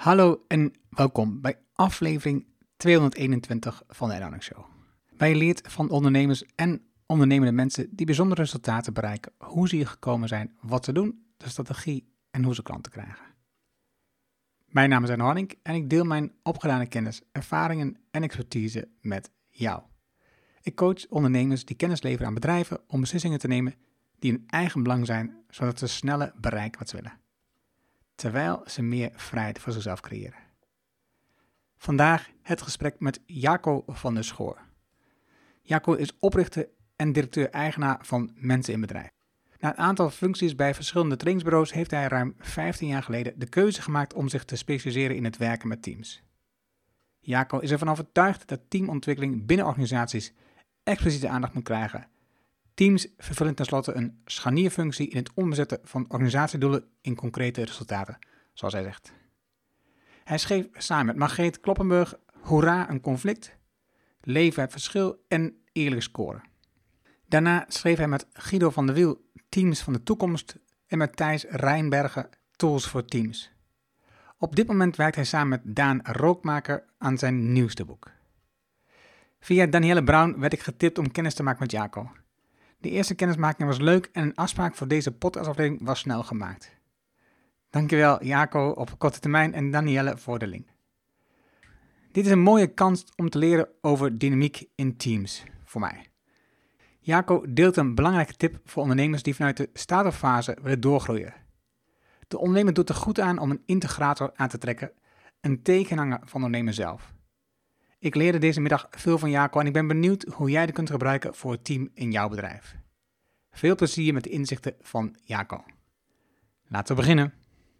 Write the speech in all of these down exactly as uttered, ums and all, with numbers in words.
Hallo en welkom bij aflevering tweehonderdeenentwintig van de Erno Show. Waar je leert van ondernemers en ondernemende mensen die bijzondere resultaten bereiken, hoe ze hier gekomen zijn, wat ze doen, de strategie en hoe ze klanten krijgen. Mijn naam is Erno Hanning en ik deel mijn opgedane kennis, ervaringen en expertise met jou. Ik coach ondernemers die kennis leveren aan bedrijven om beslissingen te nemen die in hun eigen belang zijn, zodat ze sneller bereiken wat ze willen. Terwijl ze meer vrijheid voor zichzelf creëren. Vandaag het gesprek met Jaco van der Schoor. Jaco is oprichter en directeur-eigenaar van Mensen in Bedrijf. Na een aantal functies bij verschillende trainingsbureaus heeft hij ruim vijftien jaar geleden de keuze gemaakt om zich te specialiseren in het werken met teams. Jaco is ervan overtuigd dat teamontwikkeling binnen organisaties expliciete aandacht moet krijgen. Teams vervullen tenslotte een scharnierfunctie in het omzetten van organisatiedoelen in concrete resultaten, zoals hij zegt. Hij schreef samen met Margreet Kloppenburg Hoera, een conflict, Leven het verschil en Eerlijk scoren. Daarna schreef hij met Guido van der Wiel Teams van de toekomst en met Thijs Rijnbergen Tools voor Teams. Op dit moment werkt hij samen met Daan Rookmaker aan zijn nieuwste boek. Via Danielle Brown werd ik getipt om kennis te maken met Jaco. De eerste kennismaking was leuk en een afspraak voor deze podcastaflevering was snel gemaakt. Dankjewel Jaco op korte termijn en Danielle voor de link. Dit is een mooie kans om te leren over dynamiek in teams, voor mij. Jaco deelt een belangrijke tip voor ondernemers die vanuit de start-up fase willen doorgroeien. De ondernemer doet er goed aan om een integrator aan te trekken, een tegenhanger van de ondernemer zelf. Ik leerde deze middag veel van Jaco en ik ben benieuwd hoe jij dit kunt gebruiken voor het team in jouw bedrijf. Veel plezier met de inzichten van Jaco. Laten we beginnen.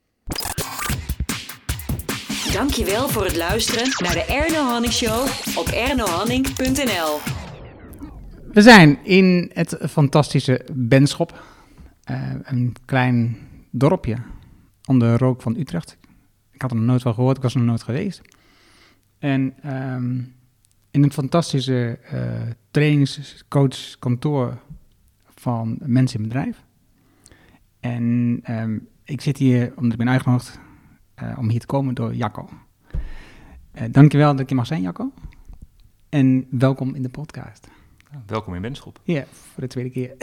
Dankjewel voor het luisteren naar de Erno Hanning Show op erno hanning punt n l. We zijn in het fantastische Benschop, uh, een klein dorpje om de rook van Utrecht. Ik had er nog nooit van gehoord, ik was er nog nooit geweest. En um, in een fantastische uh, trainingscoachkantoor van Mensen in Bedrijf. En um, ik zit hier, omdat ik ben uitgenodigd, uh, om hier te komen door Jaco. Uh, dankjewel dat ik hier mag zijn, Jaco. En welkom in de podcast. Ja, welkom in Benschop. Ja, voor de tweede keer.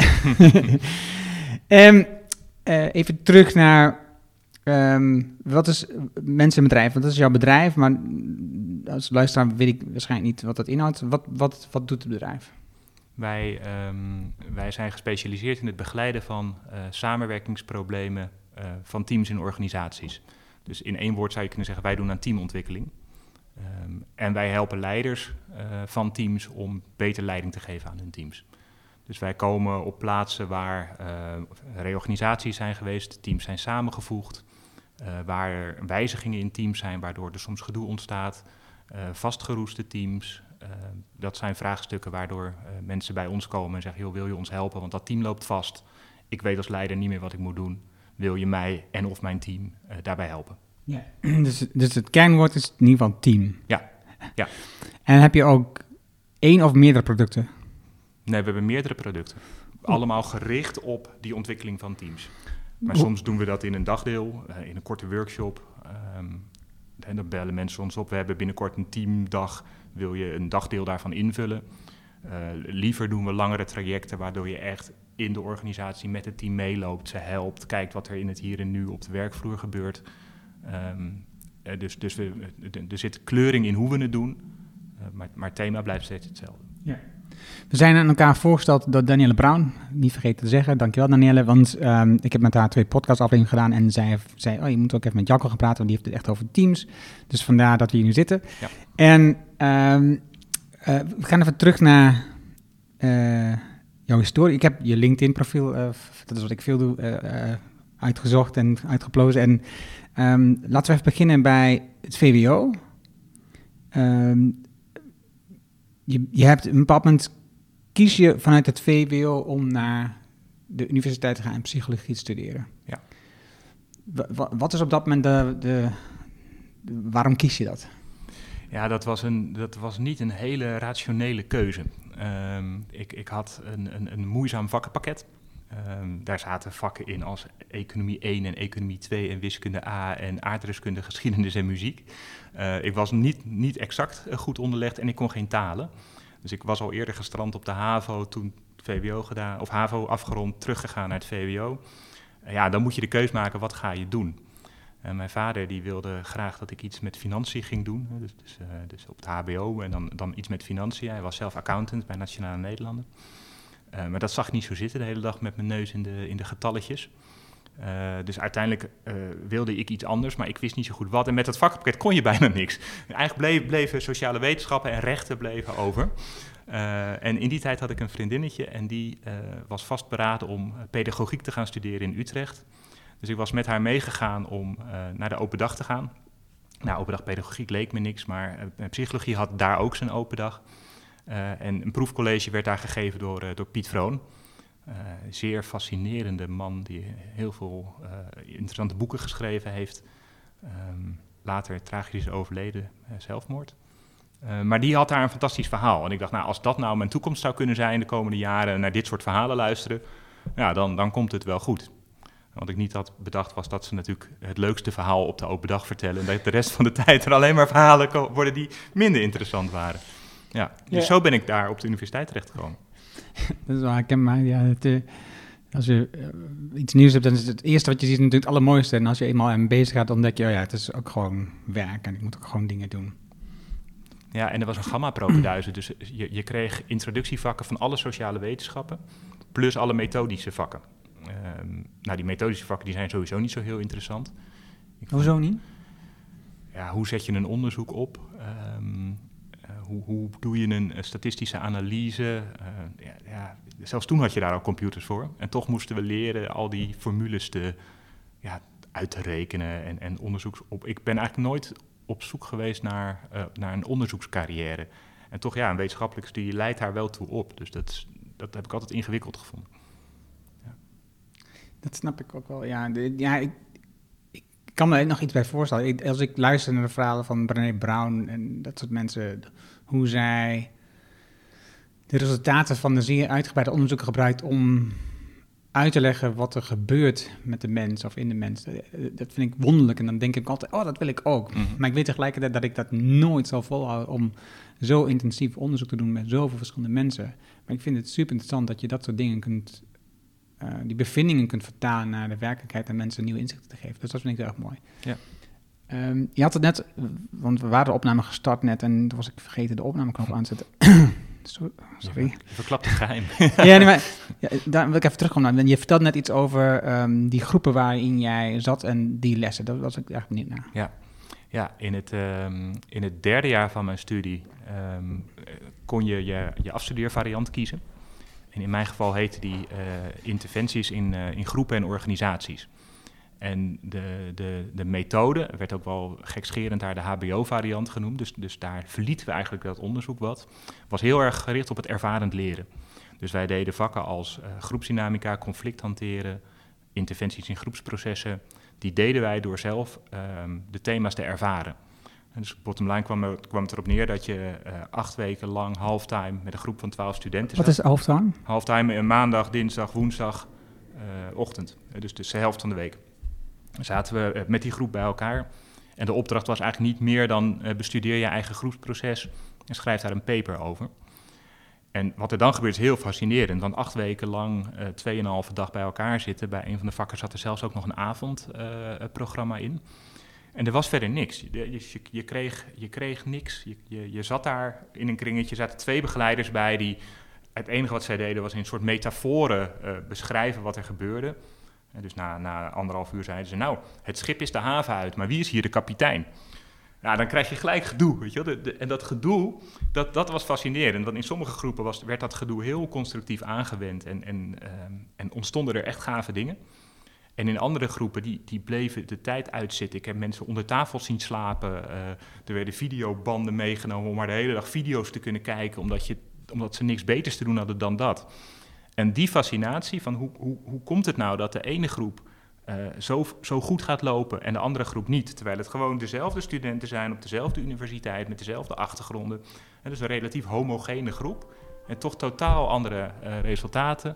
um, uh, even terug naar... Um, wat is Mensen in Bedrijf? Want dat is jouw bedrijf, maar als luisteraar weet ik waarschijnlijk niet wat dat inhoudt. Wat, wat, wat doet het bedrijf? Wij, um, wij zijn gespecialiseerd in het begeleiden van uh, samenwerkingsproblemen uh, van teams in organisaties. Dus in één woord zou je kunnen zeggen, wij doen aan teamontwikkeling. Um, en wij helpen leiders uh, van teams om beter leiding te geven aan hun teams. Dus wij komen op plaatsen waar uh, reorganisaties zijn geweest, teams zijn samengevoegd, uh, waar er wijzigingen in teams zijn, waardoor er soms gedoe ontstaat, uh, vastgeroeste teams. Uh, dat zijn vraagstukken waardoor uh, mensen bij ons komen en zeggen, joh, wil je ons helpen, want dat team loopt vast. Ik weet als leider niet meer wat ik moet doen. Wil je mij en of mijn team uh, daarbij helpen? Ja, dus, dus het kernwoord is in ieder geval team. Ja, ja. En heb je ook één of meerdere producten? Nee, we hebben meerdere producten. Allemaal gericht op die ontwikkeling van teams. Maar soms doen we dat in een dagdeel, uh, in een korte workshop. Um, en dan bellen mensen ons op. We hebben binnenkort een teamdag. Wil je een dagdeel daarvan invullen? Uh, liever doen we langere trajecten, waardoor je echt in de organisatie met het team meeloopt, ze helpt, kijkt wat er in het hier en nu op de werkvloer gebeurt. Um, uh, dus dus we, uh, er zit kleuring in hoe we het doen, uh, maar, maar het thema blijft steeds hetzelfde. Ja. We zijn aan elkaar voorgesteld door Danielle Brown. Niet vergeten te zeggen. Dankjewel Danielle, want um, ik heb met haar twee podcastafleveringen gedaan en zij zei, oh je moet ook even met Jaco gaan praten, want die heeft het echt over teams. Dus vandaar dat we hier nu zitten. Ja. En um, uh, we gaan even terug naar uh, jouw historie. Ik heb je LinkedIn profiel, uh, dat is wat ik veel doe, uh, uh, uitgezocht en uitgeplozen. En um, laten we even beginnen bij het V W O. Um, Je, je hebt op een bepaald moment, kies je vanuit het V W O om naar de universiteit te gaan en psychologie te studeren. Ja. W- wat is op dat moment de, de, de... Waarom kies je dat? Ja, dat was, een, dat was niet een hele rationele keuze. Um, ik, ik had een, een, een moeizaam vakkenpakket. Um, daar zaten vakken in als economie één en economie twee en wiskunde A en aardrijkskunde, geschiedenis en muziek. Uh, ik was niet, niet exact uh, goed onderlegd en ik kon geen talen. Dus ik was al eerder gestrand op de HAVO, toen V W O gedaan, of HAVO afgerond, teruggegaan naar het V W O. Uh, ja, dan moet je de keus maken, wat ga je doen? Uh, mijn vader die wilde graag dat ik iets met financiën ging doen, dus, dus, uh, dus op het H B O en dan, dan iets met financiën. Hij was zelf accountant bij Nationale Nederlanden. Uh, maar dat zag ik niet zo zitten de hele dag met mijn neus in de, in de getalletjes. Uh, dus uiteindelijk uh, wilde ik iets anders, maar ik wist niet zo goed wat. En met dat vakpakket kon je bijna niks. Eigenlijk bleef, bleven sociale wetenschappen en rechten bleven over. Uh, en in die tijd had ik een vriendinnetje en die uh, was vastberaden om pedagogiek te gaan studeren in Utrecht. Dus ik was met haar meegegaan om uh, naar de open dag te gaan. Nou, open dag pedagogiek leek me niks, maar uh, psychologie had daar ook zijn open dag. Uh, en een proefcollege werd daar gegeven door, uh, door Piet Vroon. Uh, zeer fascinerende man die heel veel uh, interessante boeken geschreven heeft. Um, later tragisch overleden, uh, zelfmoord. Uh, maar die had daar een fantastisch verhaal. En ik dacht, nou, als dat nou mijn toekomst zou kunnen zijn de komende jaren, naar dit soort verhalen luisteren, ja, dan, dan komt het wel goed. Wat ik niet had bedacht was dat ze natuurlijk het leukste verhaal op de open dag vertellen. En dat de rest van de tijd er alleen maar verhalen ko- worden die minder interessant waren. Ja, dus ja. Zo ben ik daar op de universiteit terechtgekomen. Dat is waar, ik ken mij. Ja, het, uh, als je uh, iets nieuws hebt, dan is het eerste wat je ziet natuurlijk het allermooiste. En als je eenmaal aan bezig gaat, dan denk je, oh ja, het is ook gewoon werk en ik moet ook gewoon dingen doen. Ja, en er was een gamma-propeduize, dus je, je kreeg introductievakken van alle sociale wetenschappen, plus alle methodische vakken. Um, nou, die methodische vakken die zijn sowieso niet zo heel interessant. Ik Hoezo niet? Ja, hoe zet je een onderzoek op? Um, uh, hoe, hoe doe je een uh, statistische analyse? Uh, ja, ja, zelfs toen had je daar al computers voor. En toch moesten we leren al die formules te, ja, uit te rekenen en, en onderzoeks op. Ik ben eigenlijk nooit op zoek geweest naar, uh, naar een onderzoekscarrière. En toch, ja, een wetenschappelijke studie leidt daar wel toe op. Dus dat, dat heb ik altijd ingewikkeld gevonden. Dat snap ik ook wel, ja. De, ja ik, ik kan me nog iets bij voorstellen. Ik, als ik luister naar de verhalen van Brené Brown en dat soort mensen, hoe zij de resultaten van de zeer uitgebreide onderzoeken gebruikt om uit te leggen wat er gebeurt met de mens of in de mens. Dat vind ik wonderlijk en dan denk ik altijd, oh, dat wil ik ook. Mm-hmm. Maar ik weet tegelijkertijd dat ik dat nooit zal volhouden om zo intensief onderzoek te doen met zoveel verschillende mensen. Maar ik vind het super interessant dat je dat soort dingen kunt, uh, die bevindingen kunt vertalen naar de werkelijkheid en mensen nieuwe inzichten te geven. Dus dat vind ik heel erg mooi. Ja. Um, je had het net, want we waren de opname gestart net en toen was ik vergeten de opnameknop aan te zetten. Sorry. Je verklapt het geheim. ja, nee, maar ja, daar wil ik even terugkomen. Je vertelde net iets over um, die groepen waarin jij zat en die lessen. Daar was ik eigenlijk benieuwd naar. Ja, ja in, het, um, in het derde jaar van mijn studie um, kon je, je je afstudeervariant kiezen. En in mijn geval heette die uh, interventies in, uh, in groepen en organisaties. En de, de, de methode werd ook wel gekscherend daar de H B O-variant genoemd. Dus, dus daar verlieten we eigenlijk dat onderzoek wat. Was heel erg gericht op het ervarend leren. Dus wij deden vakken als uh, groepsdynamica, conflict hanteren, interventies in groepsprocessen. Die deden wij door zelf um, de thema's te ervaren. En dus bottom line kwam, er, kwam het erop neer dat je uh, acht weken lang halftime met een groep van twaalf studenten zat. Wat is halftime? Halftime uh, maandag, dinsdag, woensdag, uh, ochtend. Uh, dus, dus de helft van de week. Zaten we met die groep bij elkaar. En de opdracht was eigenlijk niet meer dan uh, bestudeer je eigen groepsproces en schrijf daar een paper over. En wat er dan gebeurt is heel fascinerend, want acht weken lang, uh, tweeënhalve dag bij elkaar zitten. Bij een van de vakken zat er zelfs ook nog een avondprogramma uh, in. En er was verder niks. Je, je, je, kreeg, je kreeg niks. Je, je, je zat daar in een kringetje, er zaten twee begeleiders bij die het enige wat zij deden was in een soort metaforen uh, beschrijven wat er gebeurde. En dus na, na anderhalf uur zeiden ze, nou, het schip is de haven uit, maar wie is hier de kapitein? Nou, dan krijg je gelijk gedoe, weet je wel. De, de, en dat gedoe, dat, dat was fascinerend. Want in sommige groepen was, werd dat gedoe heel constructief aangewend en, en, um, en ontstonden er echt gave dingen. En in andere groepen, die, die bleven de tijd uitzitten. Ik heb mensen onder tafel zien slapen. Uh, er werden videobanden meegenomen om maar de hele dag video's te kunnen kijken, omdat, je, omdat ze niks beters te doen hadden dan dat. En die fascinatie van hoe, hoe, hoe komt het nou dat de ene groep uh, zo, zo goed gaat lopen en de andere groep niet? Terwijl het gewoon dezelfde studenten zijn op dezelfde universiteit met dezelfde achtergronden. En dus een relatief homogene groep en toch totaal andere uh, resultaten.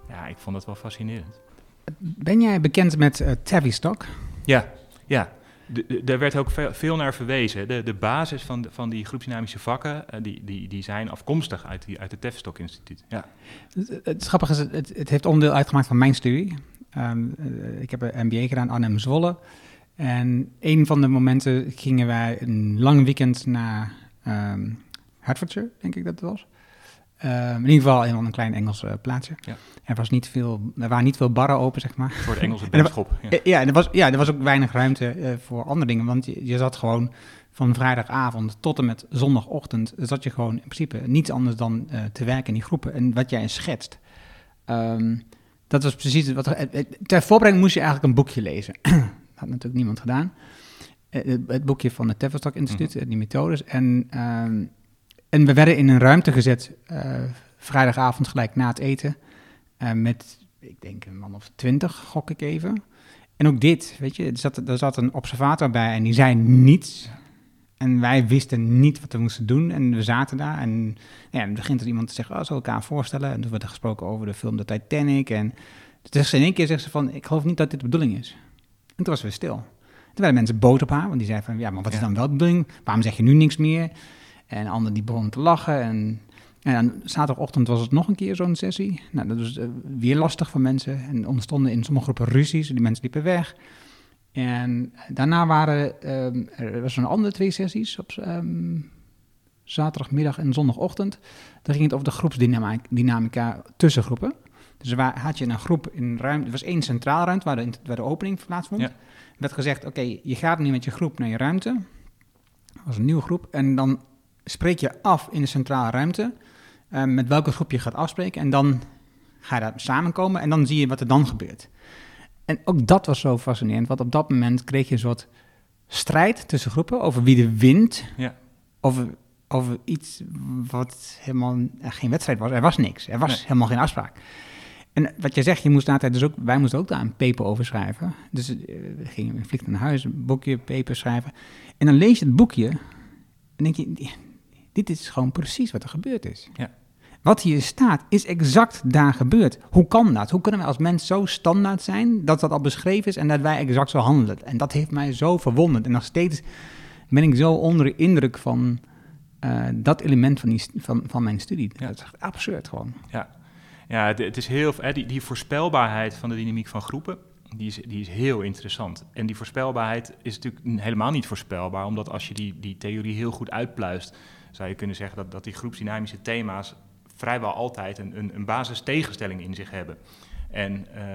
Ja, ik vond dat wel fascinerend. Ben jij bekend met uh, Tavistock? Ja, ja. De, de, daar werd ook veel, veel naar verwezen. De, de basis van, de, van die groepsdynamische vakken, uh, die, die, die zijn afkomstig uit, die, uit het Tavistock Instituut. Ja. Het, het grappige is, het, het heeft onderdeel uitgemaakt van mijn studie. Um, uh, ik heb een M B A gedaan, Arnhem Zwolle. En een van de momenten gingen wij een lang weekend naar um, Hertfordshire, denk ik dat het was. Uh, in ieder geval in een klein Engels uh, plaatsje. Ja. Er, was niet veel, er waren niet veel barren open, zeg maar. Voor de Engelse benschop. Ja, ja, en er was, ja, er was ook weinig ruimte uh, voor andere dingen. Want je, je zat gewoon van vrijdagavond tot en met zondagochtend... zat je gewoon in principe niets anders dan uh, te werken in die groepen. En wat jij schetst, um, dat was precies... wat er, ter voorbereiding moest je eigenlijk een boekje lezen. Dat had natuurlijk niemand gedaan. Uh, het, het boekje van het Tavistock Instituut, mm-hmm. die methodes. En... Um, En we werden in een ruimte gezet, uh, vrijdagavond gelijk na het eten, uh, met, ik denk, een man of twintig, gok ik even. En ook dit, weet je, er zat, er zat een observator bij en die zei niets. En wij wisten niet wat we moesten doen en we zaten daar. En ja, dan begint er iemand te zeggen, oh, zullen we elkaar voorstellen? En toen werd er gesproken over de film The Titanic. En toen zegt ze in één keer, zegt ze van, ik geloof niet dat dit de bedoeling is. En toen was we stil. Toen werden mensen boos op haar, want die zeiden van, ja, maar wat is dan wel de bedoeling? Waarom zeg je nu niks meer? En anderen die begonnen te lachen. En, en dan zaterdagochtend was het nog een keer zo'n sessie. Nou, dat was uh, weer lastig voor mensen. En ontstonden in sommige groepen ruzies. Die mensen liepen weg. En daarna waren um, er was een andere twee sessies op um, zaterdagmiddag en zondagochtend. Daar ging het over de groepsdynamica tussen groepen. Dus waar had je een groep in ruimte. Er was één centraal ruimte waar de, waar de opening plaatsvond. Ja. Er werd gezegd, oké, okay, je gaat nu met je groep naar je ruimte. Dat was een nieuwe groep. En dan spreek je af in de centrale ruimte uh, met welke groep je gaat afspreken. En dan ga je daar samenkomen en dan zie je wat er dan gebeurt. En ook dat was zo fascinerend, want op dat moment kreeg je een soort strijd tussen groepen over wie de wint. Ja. Over, over iets wat helemaal geen wedstrijd was. Er was niks, er was nee. helemaal geen afspraak. En wat je zegt, je moest altijd dus ook, wij moesten ook daar een paper over schrijven. Dus uh, we gingen vliegend naar huis, een boekje, paper schrijven. En dan lees je het boekje en denk je, dit is gewoon precies wat er gebeurd is. Ja. Wat hier staat, is exact daar gebeurd. Hoe kan dat? Hoe kunnen wij als mens zo standaard zijn dat dat al beschreven is en dat wij exact zo handelen? En dat heeft mij zo verwonderd. En nog steeds ben ik zo onder de indruk van uh, dat element van, die, van, van mijn studie. Ja. Dat is echt absurd gewoon. Ja, ja het, het is heel, hè, die, die voorspelbaarheid van de dynamiek van groepen, die is, die is heel interessant. En die voorspelbaarheid is natuurlijk helemaal niet voorspelbaar, omdat als je die, die theorie heel goed uitpluist, zou je kunnen zeggen dat, dat die groepsdynamische thema's vrijwel altijd een, een, een basistegenstelling in zich hebben. En uh,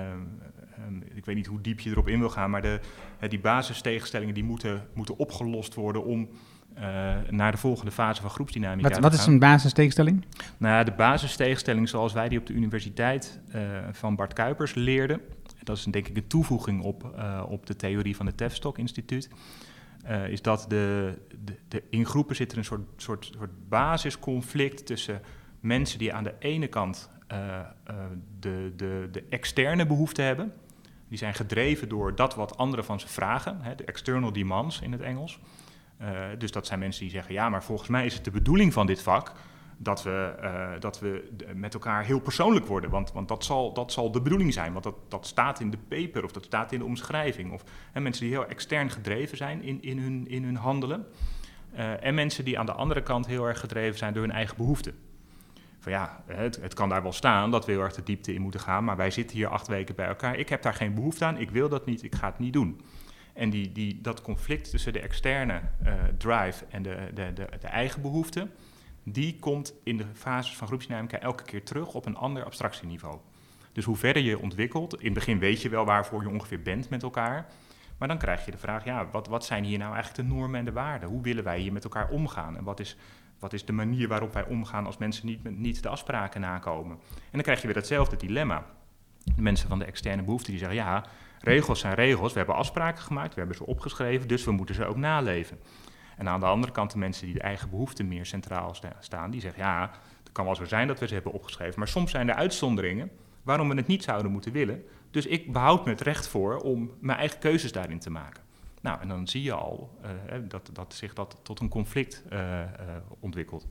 um, ik weet niet hoe diep je erop in wil gaan, maar de, uh, die basistegenstellingen die moeten, moeten opgelost worden om uh, naar de volgende fase van groepsdynamica wat, te wat gaan. Wat is een basistegenstelling? Nou, de basistegenstelling zoals wij die op de universiteit uh, van Bart Kuipers leerden, dat is denk ik een toevoeging op, uh, op de theorie van het Tavistock Instituut, uh, is dat de, de, de, in groepen zit er een soort, soort, soort basisconflict tussen mensen die aan de ene kant uh, uh, de, de, de externe behoeften hebben. Die zijn gedreven door dat wat anderen van ze vragen, hè, de external demands in het Engels. Uh, dus dat zijn mensen die zeggen, ja, maar volgens mij is het de bedoeling van dit vak dat we, uh, dat we met elkaar heel persoonlijk worden. Want, want dat, zal, dat zal de bedoeling zijn, want dat, dat staat in de paper of dat staat in de omschrijving. Of hè, mensen die heel extern gedreven zijn in, in, hun, in hun handelen. Uh, en mensen die aan de andere kant heel erg gedreven zijn door hun eigen behoeften. Van ja, het, het kan daar wel staan dat we heel erg de diepte in moeten gaan, maar wij zitten hier acht weken bij elkaar. Ik heb daar geen behoefte aan, ik wil dat niet, ik ga het niet doen. En die, die, dat conflict tussen de externe uh, drive en de, de, de, de eigen behoeften, die komt in de fases van groepsdynamica elke keer terug op een ander abstractieniveau. Dus hoe verder je ontwikkelt, in het begin weet je wel waarvoor je ongeveer bent met elkaar, maar dan krijg je de vraag, ja, wat, wat zijn hier nou eigenlijk de normen en de waarden? Hoe willen wij hier met elkaar omgaan? En wat is... Wat is de manier waarop wij omgaan als mensen niet, niet de afspraken nakomen? En dan krijg je weer datzelfde dilemma. De mensen van de externe behoeften die zeggen, ja, regels zijn regels. We hebben afspraken gemaakt, we hebben ze opgeschreven, dus we moeten ze ook naleven. En aan de andere kant de mensen die de eigen behoeften meer centraal sta- staan, die zeggen, ja, het kan wel zo zijn dat we ze hebben opgeschreven, maar soms zijn er uitzonderingen waarom we het niet zouden moeten willen. Dus ik behoud me het recht voor om mijn eigen keuzes daarin te maken. Nou, en dan zie je al uh, dat, dat zich dat tot een conflict uh, uh, ontwikkelt.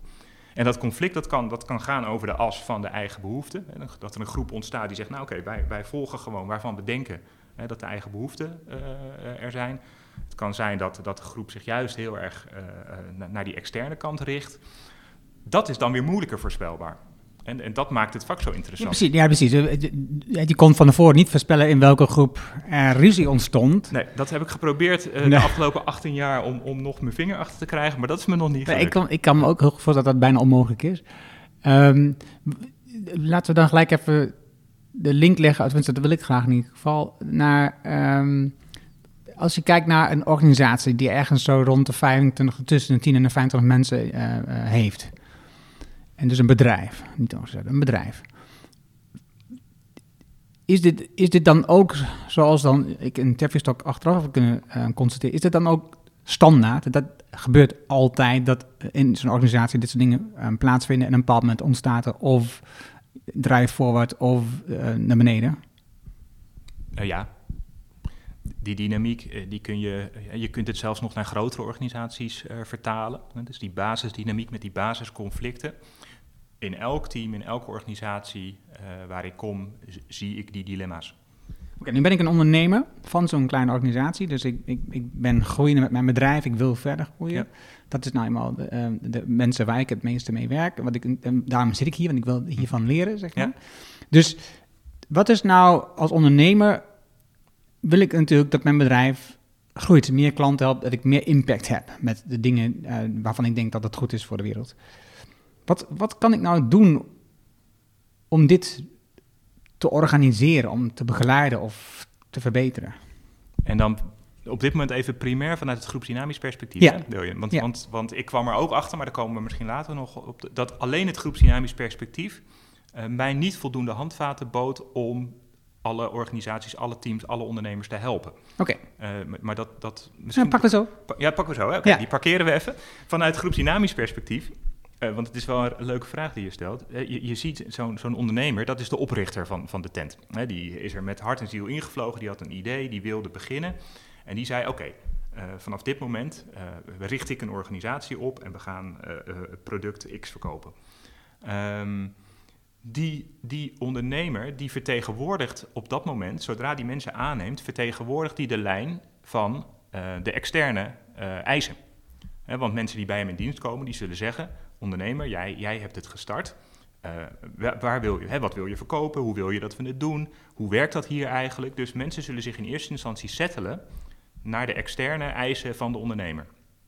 En dat conflict dat kan, dat kan gaan over de as van de eigen behoeften. Hè, dat er een groep ontstaat die zegt, nou oké, okay, wij, wij volgen gewoon waarvan we denken hè, dat de eigen behoeften uh, er zijn. Het kan zijn dat, dat de groep zich juist heel erg uh, uh, naar die externe kant richt. Dat is dan weer moeilijker voorspelbaar. En, en dat maakt het vak zo interessant. Ja, precies. Ja, precies. Je kon van tevoren niet voorspellen in welke groep er ruzie ontstond. Nee, dat heb ik geprobeerd uh, nee. de afgelopen achttien jaar om, om nog mijn vinger achter te krijgen, maar dat is me nog niet gelukt. Nee, ik, kan, ik kan me ook heel goed voorstellen dat dat bijna onmogelijk is. Um, laten we dan gelijk even de link leggen, tenminste dat wil ik graag in ieder geval, naar... Um, als je kijkt naar een organisatie die ergens zo rond de vijfentwintig, tussen de tien en de vijfentwintig mensen uh, uh, heeft... En dus een bedrijf, niet een bedrijf. Is dit, is dit dan ook, zoals dan ik in Tavistock achteraf heb kunnen uh, constateren, is dit dan ook standaard? Dat gebeurt altijd, dat in zo'n organisatie dit soort dingen um, plaatsvinden en op een bepaald moment ontstaat er of drive forward of uh, naar beneden? Uh, ja, die dynamiek, uh, die kun je, uh, je kunt het zelfs nog naar grotere organisaties uh, vertalen. Uh, dus die basisdynamiek met die basisconflicten. In elk team, in elke organisatie uh, waar ik kom, z- zie ik die dilemma's. Oké, okay, nu ben ik een ondernemer van zo'n kleine organisatie. Dus ik, ik, ik ben groeiende met mijn bedrijf, ik wil verder groeien. Ja. Dat is nou eenmaal de, uh, de mensen waar ik het meeste mee werk. Wat ik, uh, daarom zit ik hier, want ik wil hiervan leren, zeg maar. Ja. Dus wat is nou als ondernemer... wil ik natuurlijk dat mijn bedrijf groeit, meer klanten helpt, dat ik meer impact heb met de dingen uh, waarvan ik denk dat het goed is voor de wereld. Wat, wat kan ik nou doen om dit te organiseren, om te begeleiden of te verbeteren? En dan op dit moment even primair vanuit het groepsdynamisch perspectief, ja. hè, wil je? Want, ja. want, want ik kwam er ook achter, maar daar komen we misschien later nog op, de, dat alleen het groepsdynamisch perspectief uh, mij niet voldoende handvaten bood om alle organisaties, alle teams, alle ondernemers te helpen. Oké. Okay. Uh, maar dat... dat misschien... Ja, pakken we zo. Pa- ja, pakken we zo. Oké, okay, ja. Die parkeren we even. Vanuit groepsdynamisch perspectief, uh, want het is wel een leuke vraag die je stelt. Uh, je, je ziet zo'n, zo'n ondernemer, dat is de oprichter van, van de tent. Uh, die is er met hart en ziel ingevlogen, die had een idee, die wilde beginnen. En die zei, oké, okay, uh, vanaf dit moment uh, richt ik een organisatie op en we gaan uh, uh, product X verkopen. Um, Die, die ondernemer, die vertegenwoordigt op dat moment, zodra die mensen aanneemt, vertegenwoordigt die de lijn van uh, de externe uh, eisen. He, want mensen die bij hem in dienst komen, die zullen zeggen, ondernemer, jij, jij hebt het gestart. Uh, waar, waar wil je, he, wat wil je verkopen? Hoe wil je dat we het doen? Hoe werkt dat hier eigenlijk? Dus mensen zullen zich in eerste instantie settelen naar de externe eisen van de ondernemer.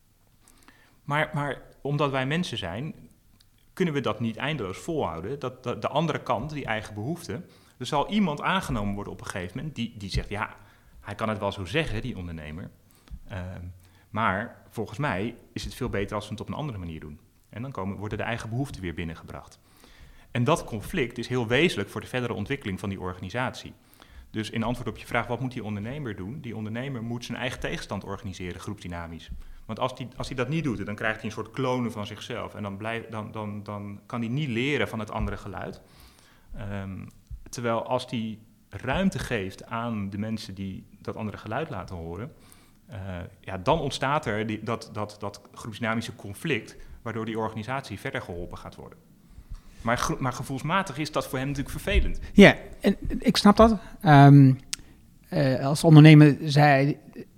Maar, maar omdat wij mensen zijn, kunnen we dat niet eindeloos volhouden. Dat de, de andere kant, die eigen behoeften, er zal iemand aangenomen worden op een gegeven moment die, die zegt, ja, hij kan het wel zo zeggen, die ondernemer. Uh, maar volgens mij is het veel beter als we het op een andere manier doen. En dan komen, worden de eigen behoeften weer binnengebracht. En dat conflict is heel wezenlijk voor de verdere ontwikkeling van die organisatie. Dus in antwoord op je vraag, wat moet die ondernemer doen? Die ondernemer moet zijn eigen tegenstand organiseren, groepsdynamisch. Want als hij als dat niet doet, dan krijgt hij een soort klonen van zichzelf. En dan, blijf, dan, dan, dan kan hij niet leren van het andere geluid. Um, terwijl als hij ruimte geeft aan de mensen die dat andere geluid laten horen, Uh, ja, dan ontstaat er die, dat, dat, dat groepsdynamische conflict, waardoor die organisatie verder geholpen gaat worden. Maar, gro- maar gevoelsmatig is dat voor hem natuurlijk vervelend. Ja, en ik snap dat. Um, uh, als ondernemer zei...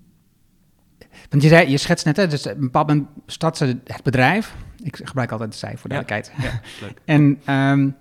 Want je zei, je schetst net, hè, dus op een bepaald moment start ze het bedrijf. Ik gebruik altijd de zij voor de duidelijkheid. Ja, ja, leuk. en, um,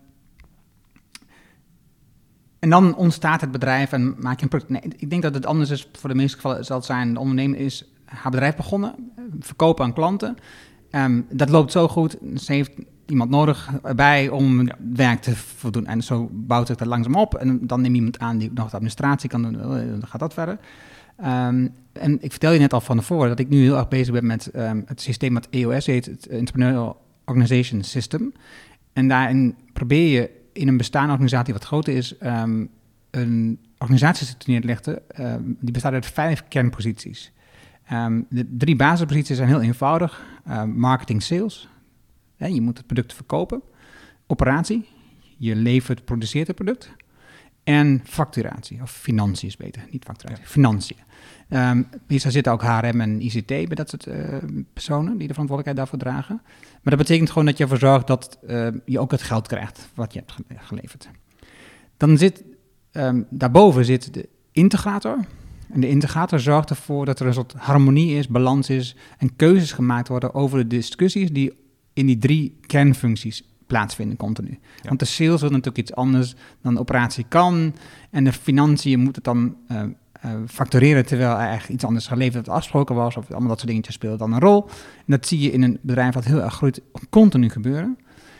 en dan ontstaat het bedrijf en maak je een product. Nee, ik denk dat het anders is. Voor de meeste gevallen zal het zijn, de ondernemer is haar bedrijf begonnen, verkopen aan klanten. Um, dat loopt zo goed. Ze heeft iemand nodig erbij om ja. het werk te voldoen. En zo bouwt het er langzaam op. En dan neem iemand aan die nog de administratie kan doen. Dan gaat dat verder. Um, en ik vertel je net al van tevoren dat ik nu heel erg bezig ben met um, het systeem wat E O S heet, het Entrepreneurial Organization System. En daarin probeer je in een bestaande organisatie wat groter is, um, een organisatiestructuur neer te leggen. Um, die bestaat uit vijf kernposities. Um, de drie basisposities zijn heel eenvoudig. Um, marketing, sales. Ja, je moet het product verkopen. Operatie. Je levert, produceert het product. en facturatie, of financiën is beter, niet facturatie, Ja. financiën. Um, meestal zitten ook H R M en I C T bij dat soort uh, personen die de verantwoordelijkheid daarvoor dragen. Maar dat betekent gewoon dat je ervoor zorgt dat uh, je ook het geld krijgt wat je hebt ge- geleverd. Dan zit, um, daarboven zit de integrator. En de integrator zorgt ervoor dat er een soort harmonie is, balans is en keuzes gemaakt worden over de discussies die in die drie kernfuncties plaatsvinden continu. Ja. Want de sales wil natuurlijk iets anders dan de operatie kan en de financiën moet het dan uh, uh, factureren terwijl er eigenlijk iets anders geleverd wat afgesproken was of allemaal dat soort dingetjes spelen dan een rol. En dat zie je in een bedrijf wat heel erg groeit continu gebeuren.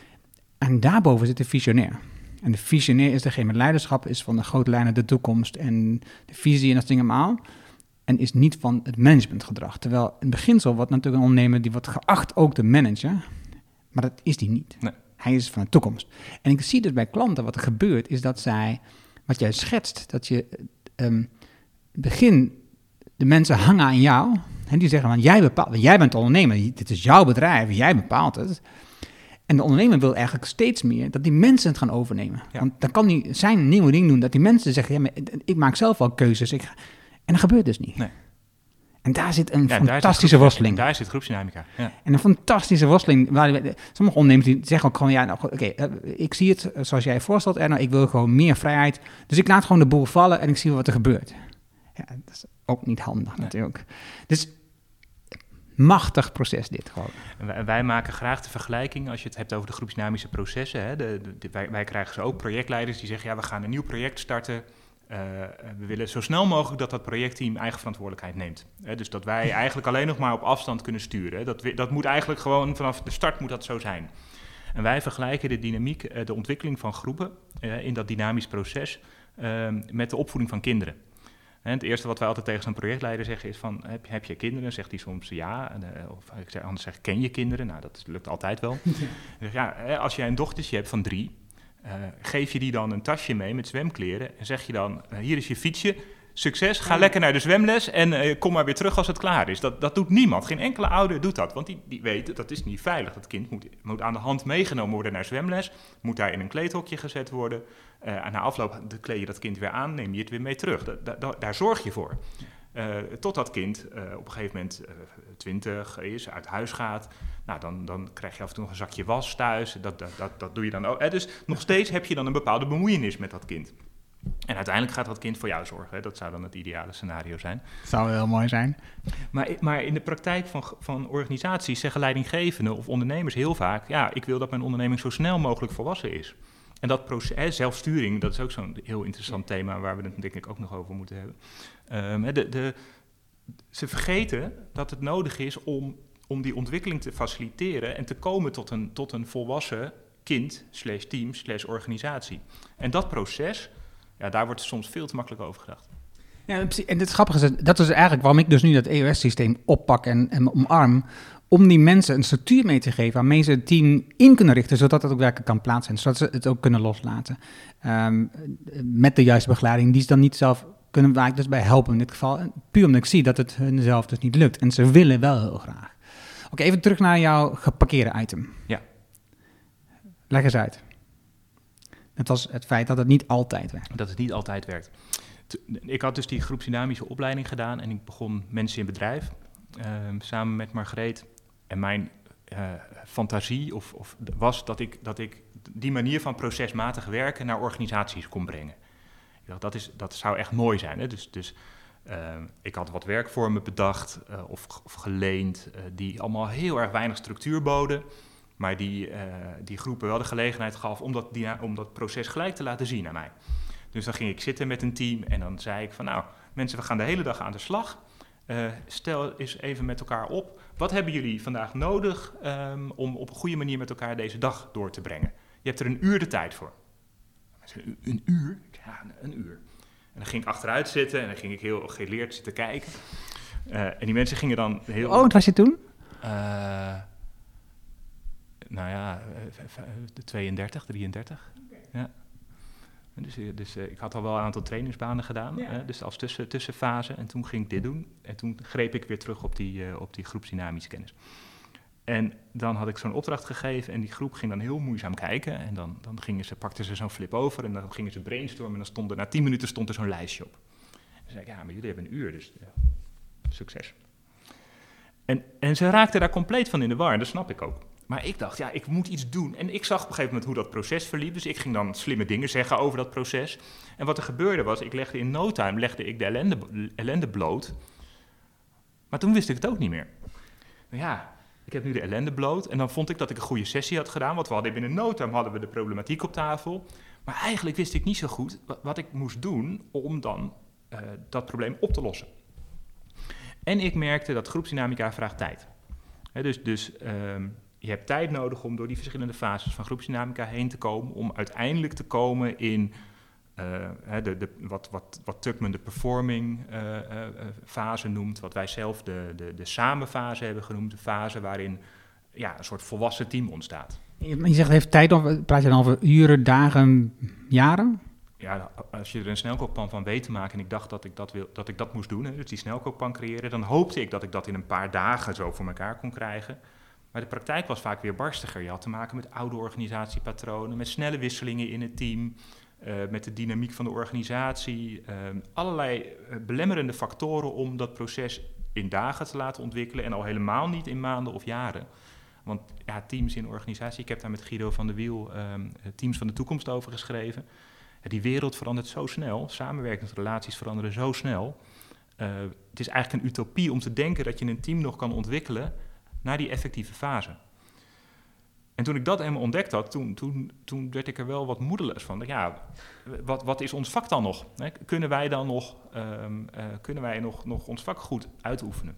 En daarboven zit de visionair. En de visionair is degene met leiderschap, is van de grote lijnen de toekomst en de visie en dat ding allemaal. En is niet van het managementgedrag. Terwijl in beginsel wordt natuurlijk een ondernemer die wordt geacht ook te managen, maar dat is die niet. Nee. Hij is van de toekomst. En ik zie dus bij klanten wat er gebeurt, is dat zij, wat jij schetst, dat je um, begin de mensen hangen aan jou en die zeggen van jij bepaalt, jij bent de ondernemer, dit is jouw bedrijf, jij bepaalt het. En de ondernemer wil eigenlijk steeds meer dat die mensen het gaan overnemen. Ja. Want dan kan hij zijn nieuwe ding doen, dat die mensen zeggen, ja, maar ik maak zelf wel keuzes. Ik, en dat gebeurt dus niet. Nee. En daar zit een ja, fantastische groep, worsteling. Daar zit groepsdynamica. Ja. En een fantastische worsteling. Waar, sommige ondernemers die zeggen ook gewoon, ja, nou, oké, okay, uh, ik zie het zoals jij je voorstelt, Erno, ik wil gewoon meer vrijheid. Dus ik laat gewoon de boel vallen en ik zie wat er gebeurt. Ja, dat is ook niet handig nee. natuurlijk. Dus machtig proces dit gewoon. En wij, wij maken graag de vergelijking, als je het hebt over de groepsdynamische processen. Hè, de, de, de, wij, wij krijgen ze ook projectleiders die zeggen, ja, we gaan een nieuw project starten. Uh, we willen zo snel mogelijk dat dat projectteam eigen verantwoordelijkheid neemt. Hè, dus dat wij eigenlijk alleen nog maar op afstand kunnen sturen. Hè. Dat, we, dat moet eigenlijk gewoon vanaf de start moet dat zo zijn. En wij vergelijken de dynamiek, uh, de ontwikkeling van groepen uh, in dat dynamisch proces uh, met de opvoeding van kinderen. En het eerste wat wij altijd tegen zo'n projectleider zeggen is van, heb, heb je kinderen? Zegt hij soms ja, en, uh, of ik zeg, anders zeg ken je kinderen? Nou, dat lukt altijd wel. Dus ja, als jij een dochtertje hebt van drie, uh, geef je die dan een tasje mee met zwemkleren en zeg je dan, uh, hier is je fietsje, succes, ga lekker naar de zwemles en uh, kom maar weer terug als het klaar is. Dat, dat doet niemand, geen enkele ouder doet dat, want die, die weet, dat is niet veilig. Dat kind moet, moet aan de hand meegenomen worden naar zwemles, moet daar in een kleedhokje gezet worden. Uh, na afloop kleed je dat kind weer aan, neem je het weer mee terug. Da, da, da, daar zorg je voor. Uh, tot dat kind uh, op een gegeven moment uh, twintig is, uit huis gaat. Nou, dan, dan krijg je af en toe nog een zakje was thuis. Dat, dat, dat, dat doe je dan ook. Uh, dus nog steeds heb je dan een bepaalde bemoeienis met dat kind. En uiteindelijk gaat dat kind voor jou zorgen. Hè? Dat zou dan het ideale scenario zijn. Dat zou heel mooi zijn. Maar, maar in de praktijk van, van organisaties zeggen leidinggevenden of ondernemers heel vaak, ja, ik wil dat mijn onderneming zo snel mogelijk volwassen is. En dat proces, hè, zelfsturing, dat is ook zo'n heel interessant thema waar we het denk ik ook nog over moeten hebben. Um, de, de, ze vergeten dat het nodig is om, om die ontwikkeling te faciliteren en te komen tot een, tot een volwassen kind, slash team, slash organisatie. En dat proces, ja, daar wordt soms veel te makkelijk over gedacht. Ja, en het grappige is, dat is eigenlijk waarom ik dus nu dat E O S-systeem oppak en, en omarm, om die mensen een structuur mee te geven waarmee ze het team in kunnen richten, zodat het ook werkelijk kan plaatsen, zodat ze het ook kunnen loslaten. Um, met de juiste begeleiding, die ze dan niet zelf kunnen, waar ik dus bij helpen in dit geval, puur omdat ik zie dat het hun zelf dus niet lukt. En ze willen wel heel graag. Oké, okay, even terug naar jouw geparkeerde item. Ja. Leg eens uit. Het was het feit dat het niet altijd werkt. Dat het niet altijd werkt. Ik had dus die groepsdynamische opleiding gedaan en ik begon mensen in bedrijf, uh, samen met Margreet. En mijn uh, fantasie of, of was dat ik, dat ik die manier van procesmatig werken naar organisaties kon brengen. Ik dacht, dat, is, dat zou echt mooi zijn. Hè? Dus, dus uh, ik had wat werkvormen bedacht uh, of, of geleend, uh, die allemaal heel erg weinig structuur boden, maar die, uh, die groepen wel de gelegenheid gaf om dat, die, om dat proces gelijk te laten zien aan mij. Dus dan ging ik zitten met een team en dan zei ik van, nou, mensen, we gaan de hele dag aan de slag. Uh, stel eens even met elkaar op, wat hebben jullie vandaag nodig um, om op een goede manier met elkaar deze dag door te brengen? Je hebt er een uur de tijd voor. Een, een uur? Ja, een, een uur. En dan ging ik achteruit zitten en dan ging ik heel geleerd zitten kijken. Uh, en die mensen gingen dan heel... Oh, wat was je toen? Uh, nou ja, tweeëndertig, drieëndertig. Okay. Ja. Dus, dus uh, ik had al wel een aantal trainingsbanen gedaan, ja. uh, dus als tussen, tussenfase. En toen ging ik dit doen. En toen greep ik weer terug op die, uh, op die groepsdynamische kennis. En dan had ik zo'n opdracht gegeven en die groep ging dan heel moeizaam kijken. En dan, dan gingen ze, pakten ze zo'n flip over en dan gingen ze brainstormen. En dan stond er, na tien minuten stond er zo'n lijstje op. Dan zei ik, ja, maar jullie hebben een uur, dus ja, succes. En, en ze raakten daar compleet van in de war, en dat snap ik ook. Maar ik dacht, ja, ik moet iets doen. En ik zag op een gegeven moment hoe dat proces verliep. Dus ik ging dan slimme dingen zeggen over dat proces. En wat er gebeurde was, ik legde in no time legde ik de ellende, ellende bloot. Maar toen wist ik het ook niet meer. Nou ja, ik heb nu de ellende bloot. En dan vond ik dat ik een goede sessie had gedaan. Want we hadden binnen no time hadden we de problematiek op tafel. Maar eigenlijk wist ik niet zo goed wat, wat ik moest doen om dan uh, dat probleem op te lossen. En ik merkte dat groepsdynamica vraagt tijd. He, dus dus um, je hebt tijd nodig om door die verschillende fases van groepsdynamica heen te komen, om uiteindelijk te komen in uh, de, de, wat, wat, wat Tuckman de performing uh, uh, fase noemt, wat wij zelf de, de, de samenfase hebben genoemd, de fase waarin ja, een soort volwassen team ontstaat. Je zegt het heeft tijd, of praat je dan over uren, dagen, jaren? Ja, als je er een snelkookpan van weet te maken en ik dacht dat ik dat, wil, dat, ik dat moest doen, hè, dus die snelkookpan creëren, dan hoopte ik dat ik dat in een paar dagen zo voor elkaar kon krijgen. Maar de praktijk was vaak weer barstiger. Je had te maken met oude organisatiepatronen, met snelle wisselingen in het team, uh, met de dynamiek van de organisatie. Uh, allerlei uh, belemmerende factoren om dat proces in dagen te laten ontwikkelen en al helemaal niet in maanden of jaren. Want ja, teams in organisatie, ik heb daar met Guido van der Wiel um, Teams van de Toekomst over geschreven. Ja, die wereld verandert zo snel, samenwerkingsrelaties veranderen zo snel. Uh, het is eigenlijk een utopie om te denken dat je een team nog kan ontwikkelen naar die effectieve fase. En toen ik dat eenmaal ontdekt had, toen, toen, toen werd ik er wel wat moedeloos van. Ja, wat, wat is ons vak dan nog? Hè? Kunnen wij dan nog, um, uh, kunnen wij nog, nog ons vak goed uitoefenen?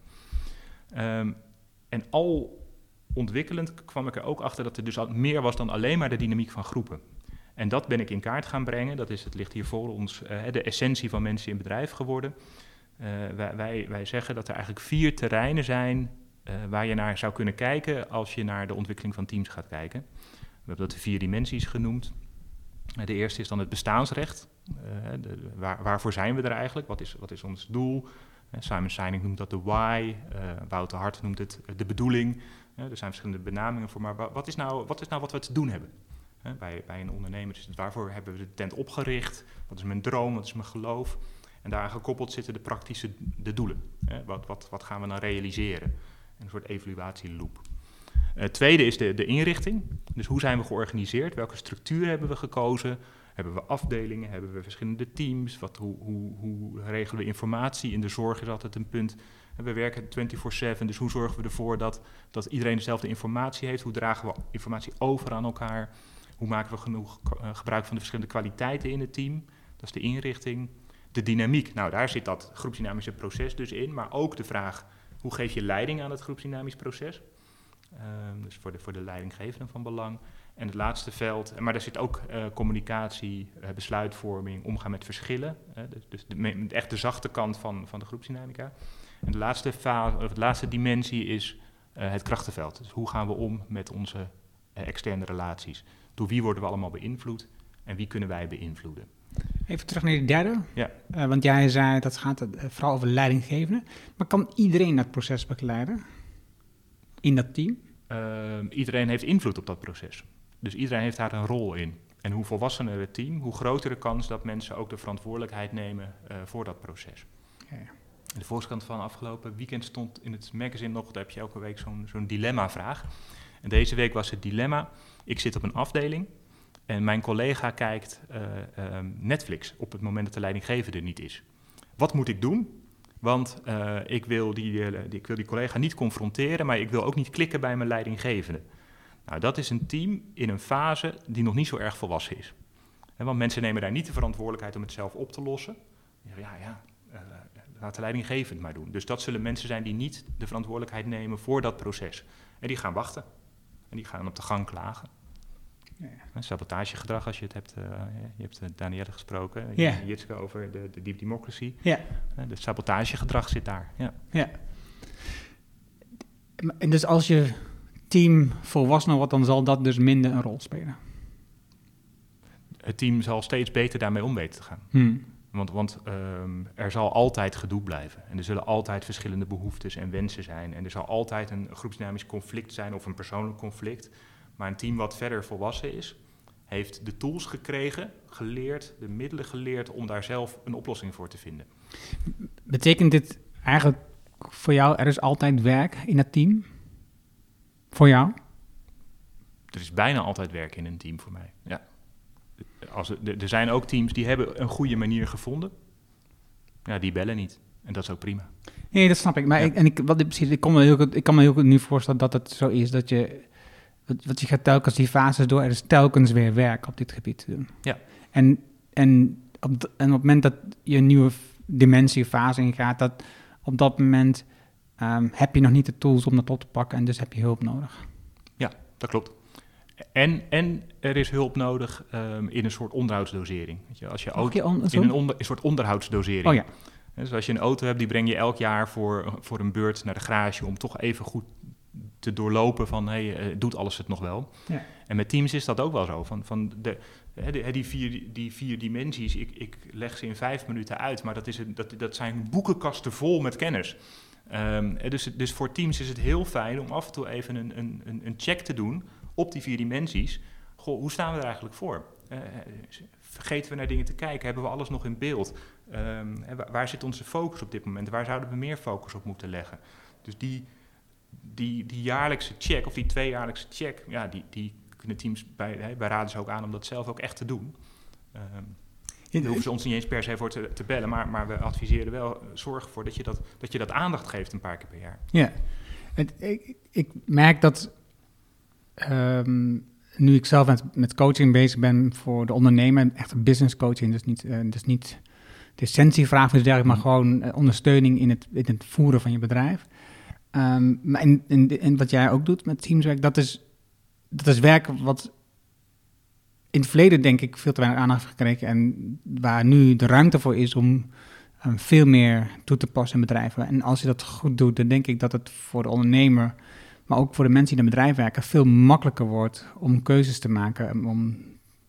Um, en al ontwikkelend kwam ik er ook achter dat er dus al meer was dan alleen maar de dynamiek van groepen. En dat ben ik in kaart gaan brengen. Dat is, het ligt hier voor ons, uh, de essentie van mensen in bedrijf geworden. Uh, wij, wij, wij zeggen dat er eigenlijk vier terreinen zijn Uh, waar je naar zou kunnen kijken als je naar de ontwikkeling van teams gaat kijken. We hebben dat de vier dimensies genoemd. Uh, de eerste is dan het bestaansrecht. Uh, de, waar, waarvoor zijn we er eigenlijk? Wat is, wat is ons doel? Uh, Simon Sinek noemt dat de why. Uh, Wouter Hart noemt het uh, de bedoeling. Uh, er zijn verschillende benamingen voor, maar wat is nou wat, is nou wat we te doen hebben? Uh, bij, bij een ondernemer is het waarvoor hebben we de tent opgericht? Wat is mijn droom? Wat is mijn geloof? En daar gekoppeld zitten de praktische de doelen. Uh, wat, wat, wat gaan we dan realiseren? Een soort evaluatieloop. Het uh, tweede is de, de inrichting. Dus hoe zijn we georganiseerd? Welke structuur hebben we gekozen? Hebben we afdelingen? Hebben we verschillende teams? Wat, hoe, hoe, hoe regelen we informatie? In de zorg is altijd een punt. We werken vierentwintig zeven, dus hoe zorgen we ervoor dat, dat iedereen dezelfde informatie heeft? Hoe dragen we informatie over aan elkaar? Hoe maken we genoeg uh, gebruik van de verschillende kwaliteiten in het team? Dat is de inrichting. De dynamiek, nou daar zit dat groepsdynamische proces dus in, maar ook de vraag: hoe geef je leiding aan het groepsdynamisch proces? Uh, dus voor de, voor de leidinggevenden van belang. En het laatste veld, maar daar zit ook uh, communicatie, uh, besluitvorming, omgaan met verschillen. Uh, dus dus de, echt de zachte kant van, van de groepsdynamica. En de laatste, fase, of de laatste dimensie is uh, het krachtenveld. Dus hoe gaan we om met onze uh, externe relaties? Door wie worden we allemaal beïnvloed en wie kunnen wij beïnvloeden? Even terug naar die derde. Ja. Uh, want jij zei dat gaat uh, vooral over leidinggevenden. Maar kan iedereen dat proces begeleiden? In dat team? Uh, iedereen heeft invloed op dat proces. Dus iedereen heeft daar een rol in. En hoe volwassener het team, hoe groter de kans dat mensen ook de verantwoordelijkheid nemen uh, voor dat proces. Okay. De voorkant van afgelopen weekend stond in het magazine nog, daar heb je elke week zo'n, zo'n dilemma-vraag. En deze week was het dilemma: ik zit op een afdeling en mijn collega kijkt uh, uh, Netflix op het moment dat de leidinggevende er niet is. Wat moet ik doen? Want uh, ik, wil die, uh, die, ik wil die collega niet confronteren, maar ik wil ook niet klikken bij mijn leidinggevende. Nou, dat is een team in een fase die nog niet zo erg volwassen is. He, want mensen nemen daar niet de verantwoordelijkheid om het zelf op te lossen. Ja, ja, uh, laat de leidinggevende maar doen. Dus dat zullen mensen zijn die niet de verantwoordelijkheid nemen voor dat proces. En die gaan wachten. En die gaan op de gang klagen. Ja, ja. Sabotagegedrag, als je het hebt, uh, je hebt uh, Danielle gesproken, ja. Jitske over de, de deep democracy. Ja. Uh, de sabotagegedrag zit daar. Ja. Ja. En dus als je team volwassen wordt, dan zal dat dus minder een rol spelen? Het team zal steeds beter daarmee om weten te gaan. Hmm. Want, want um, er zal altijd gedoe blijven. En er zullen altijd verschillende behoeftes en wensen zijn. En er zal altijd een groepsdynamisch conflict zijn of een persoonlijk conflict. Maar een team wat verder volwassen is, heeft de tools gekregen, geleerd, de middelen geleerd om daar zelf een oplossing voor te vinden. Betekent dit eigenlijk voor jou, er is altijd werk in het team? Voor jou? Er is bijna altijd werk in een team voor mij, ja. Als er, er zijn ook teams die hebben een goede manier gevonden. Ja, die bellen niet. En dat is ook prima. Nee, dat snap ik. Maar ja. ik, en ik, wat, precies, ik, kon me heel, ik kan me heel goed nu voorstellen dat het zo is dat je... Want je gaat telkens die fases door. Er is telkens weer werk op dit gebied te doen. Ja. En, en, op, de, en op het moment dat je een nieuwe dimensie, fase ingaat, dat op dat moment um, heb je nog niet de tools om dat op te pakken en dus heb je hulp nodig. Ja, dat klopt. En, en er is hulp nodig um, in een soort onderhoudsdosering. Weet je, als je auto, je on, in een, onder, een soort onderhoudsdosering. Oh ja. Dus als je een auto hebt, die breng je elk jaar voor, voor een beurt naar de garage om toch even goed te doorlopen van, hé, hey, uh, doet alles het nog wel? Ja. En met teams is dat ook wel zo. Van, van de, de, die, vier, die vier dimensies, ik, ik leg ze in vijf minuten uit, maar dat, is een, dat, dat zijn boekenkasten vol met kennis. Um, dus, dus voor teams is het heel fijn om af en toe even een, een, een check te doen op die vier dimensies. Goh, hoe staan we er eigenlijk voor? Uh, vergeten we naar dingen te kijken? Hebben we alles nog in beeld? Um, waar zit onze focus op dit moment? Waar zouden we meer focus op moeten leggen? Dus die, die, die jaarlijkse check, of die tweejaarlijkse check, ja, die, die kunnen teams bij, hè, bij raden ze ook aan om dat zelf ook echt te doen. Um, Daar hoeven ze ons niet eens per se voor te, te bellen, maar, maar we adviseren wel, zorg ervoor dat je dat, dat je dat aandacht geeft een paar keer per jaar. Ja, het, ik, ik merk dat um, nu ik zelf met, met coaching bezig ben voor de ondernemer, echt een business coaching, dus niet, uh, dus niet de essentievraag, dus dergelijke, maar gewoon uh, ondersteuning in het, in het voeren van je bedrijf. Um, maar in, in, in wat jij ook doet met teamswerk, dat is, dat is werk wat in het verleden denk ik veel te weinig aandacht heeft gekregen en waar nu de ruimte voor is om um, veel meer toe te passen in bedrijven. En als je dat goed doet, dan denk ik dat het voor de ondernemer, maar ook voor de mensen die in het bedrijf werken, veel makkelijker wordt om keuzes te maken, om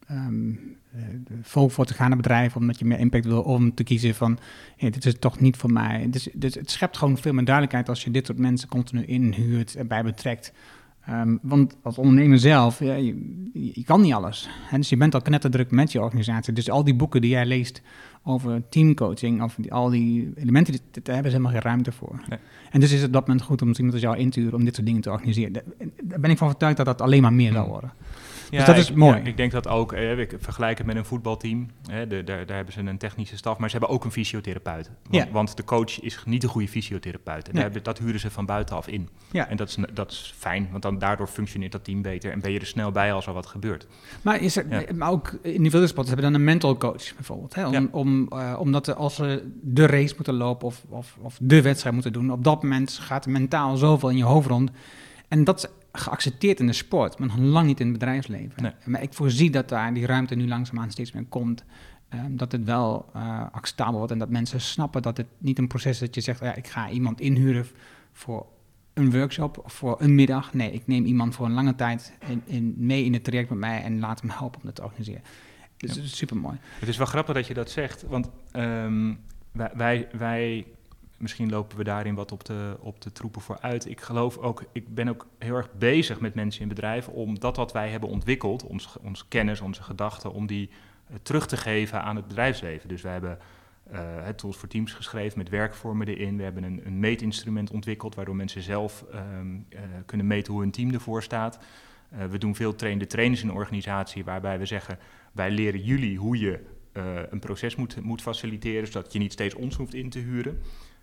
um, vol voor te gaan naar bedrijven, omdat je meer impact wil, om te kiezen van, hey, dit is toch niet voor mij. Dus, dus het schept gewoon veel meer duidelijkheid als je dit soort mensen continu inhuurt en bij betrekt. Um, want als ondernemer zelf, ja, je, je kan niet alles. Hè? Dus je bent al knetterdruk met je organisatie. Dus al die boeken die jij leest over teamcoaching, of die, al die elementen, die, daar hebben ze helemaal geen ruimte voor. Nee. En dus is het op dat moment goed om iemand als jou in te huren om dit soort dingen te organiseren. Daar ben ik van overtuigd dat dat alleen maar meer zal worden. Ja, dus dat is ik, mooi. Ja, ik denk dat ook, eh, ik vergelijk het met een voetbalteam. Eh, de, daar, daar hebben ze een technische staf, maar ze hebben ook een fysiotherapeut. Want, ja. want de coach is niet een goede fysiotherapeut. En nee. daar, dat huren ze van buitenaf in. Ja. En dat is, dat is fijn, want dan daardoor functioneert dat team beter en ben je er snel bij als er wat gebeurt. Maar, is er, ja. maar ook individuele sporters hebben dan een mental coach bijvoorbeeld. Hè? Om, ja. om, uh, omdat als ze de race moeten lopen of, of, of de wedstrijd moeten doen, op dat moment gaat er mentaal zoveel in je hoofd rond. En dat is geaccepteerd in de sport, maar nog lang niet in het bedrijfsleven. Nee. Maar ik voorzie dat daar die ruimte nu langzaamaan steeds meer komt. Um, dat het wel uh, acceptabel wordt en dat mensen snappen dat het niet een proces is dat je zegt, ja, ik ga iemand inhuren voor een workshop of voor een middag. Nee, ik neem iemand voor een lange tijd in, in, mee in het traject met mij en laat hem helpen om dat te organiseren. Dus ja. Dat is super mooi. Het is wel grappig dat je dat zegt, want um, wij... wij, wij Misschien lopen we daarin wat op de, op de troepen vooruit. Ik geloof ook, ik ben ook heel erg bezig met mensen in bedrijven om dat wat wij hebben ontwikkeld, ons, onze kennis, onze gedachten, om die uh, terug te geven aan het bedrijfsleven. Dus we hebben uh, het Tools voor Teams geschreven met werkvormen erin. We hebben een, een meetinstrument ontwikkeld waardoor mensen zelf um, uh, kunnen meten hoe hun team ervoor staat. Uh, we doen veel trainde trainers in de organisatie waarbij we zeggen, wij leren jullie hoe je uh, een proces moet, moet faciliteren, zodat je niet steeds ons hoeft in te huren.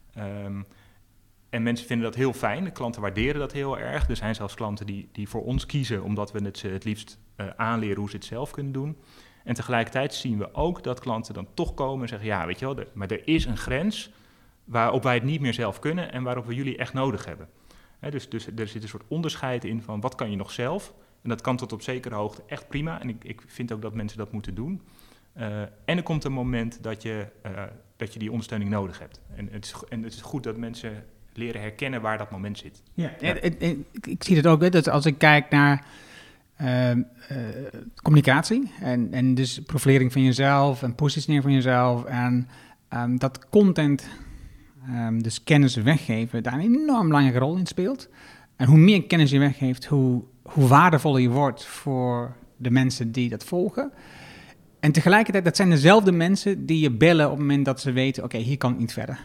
Um, en mensen vinden dat heel fijn, de klanten waarderen dat heel erg. Er zijn zelfs klanten die, die voor ons kiezen, omdat we het ze het liefst uh, aanleren hoe ze het zelf kunnen doen. En tegelijkertijd zien we ook dat klanten dan toch komen en zeggen, ja, weet je wel, de, maar er is een grens waarop wij het niet meer zelf kunnen en waarop we jullie echt nodig hebben. He, dus, dus er zit een soort onderscheid in van wat kan je nog zelf? En dat kan tot op zekere hoogte echt prima. En ik, ik vind ook dat mensen dat moeten doen. Uh, en er komt een moment dat je, uh, dat je die ondersteuning nodig hebt. En het, is, en het is goed dat mensen leren herkennen waar dat moment zit. Ja, ja. En, en, ik, ik zie het ook, hè, dat als ik kijk naar uh, uh, communicatie. En, en dus profilering van jezelf en positionering van jezelf. En um, dat content, um, dus kennis weggeven, daar een enorm belangrijke rol in speelt. En hoe meer kennis je weggeeft, hoe, hoe waardevoller je wordt voor de mensen die dat volgen. En tegelijkertijd, dat zijn dezelfde mensen die je bellen op het moment dat ze weten, oké, okay, hier kan ik niet verder.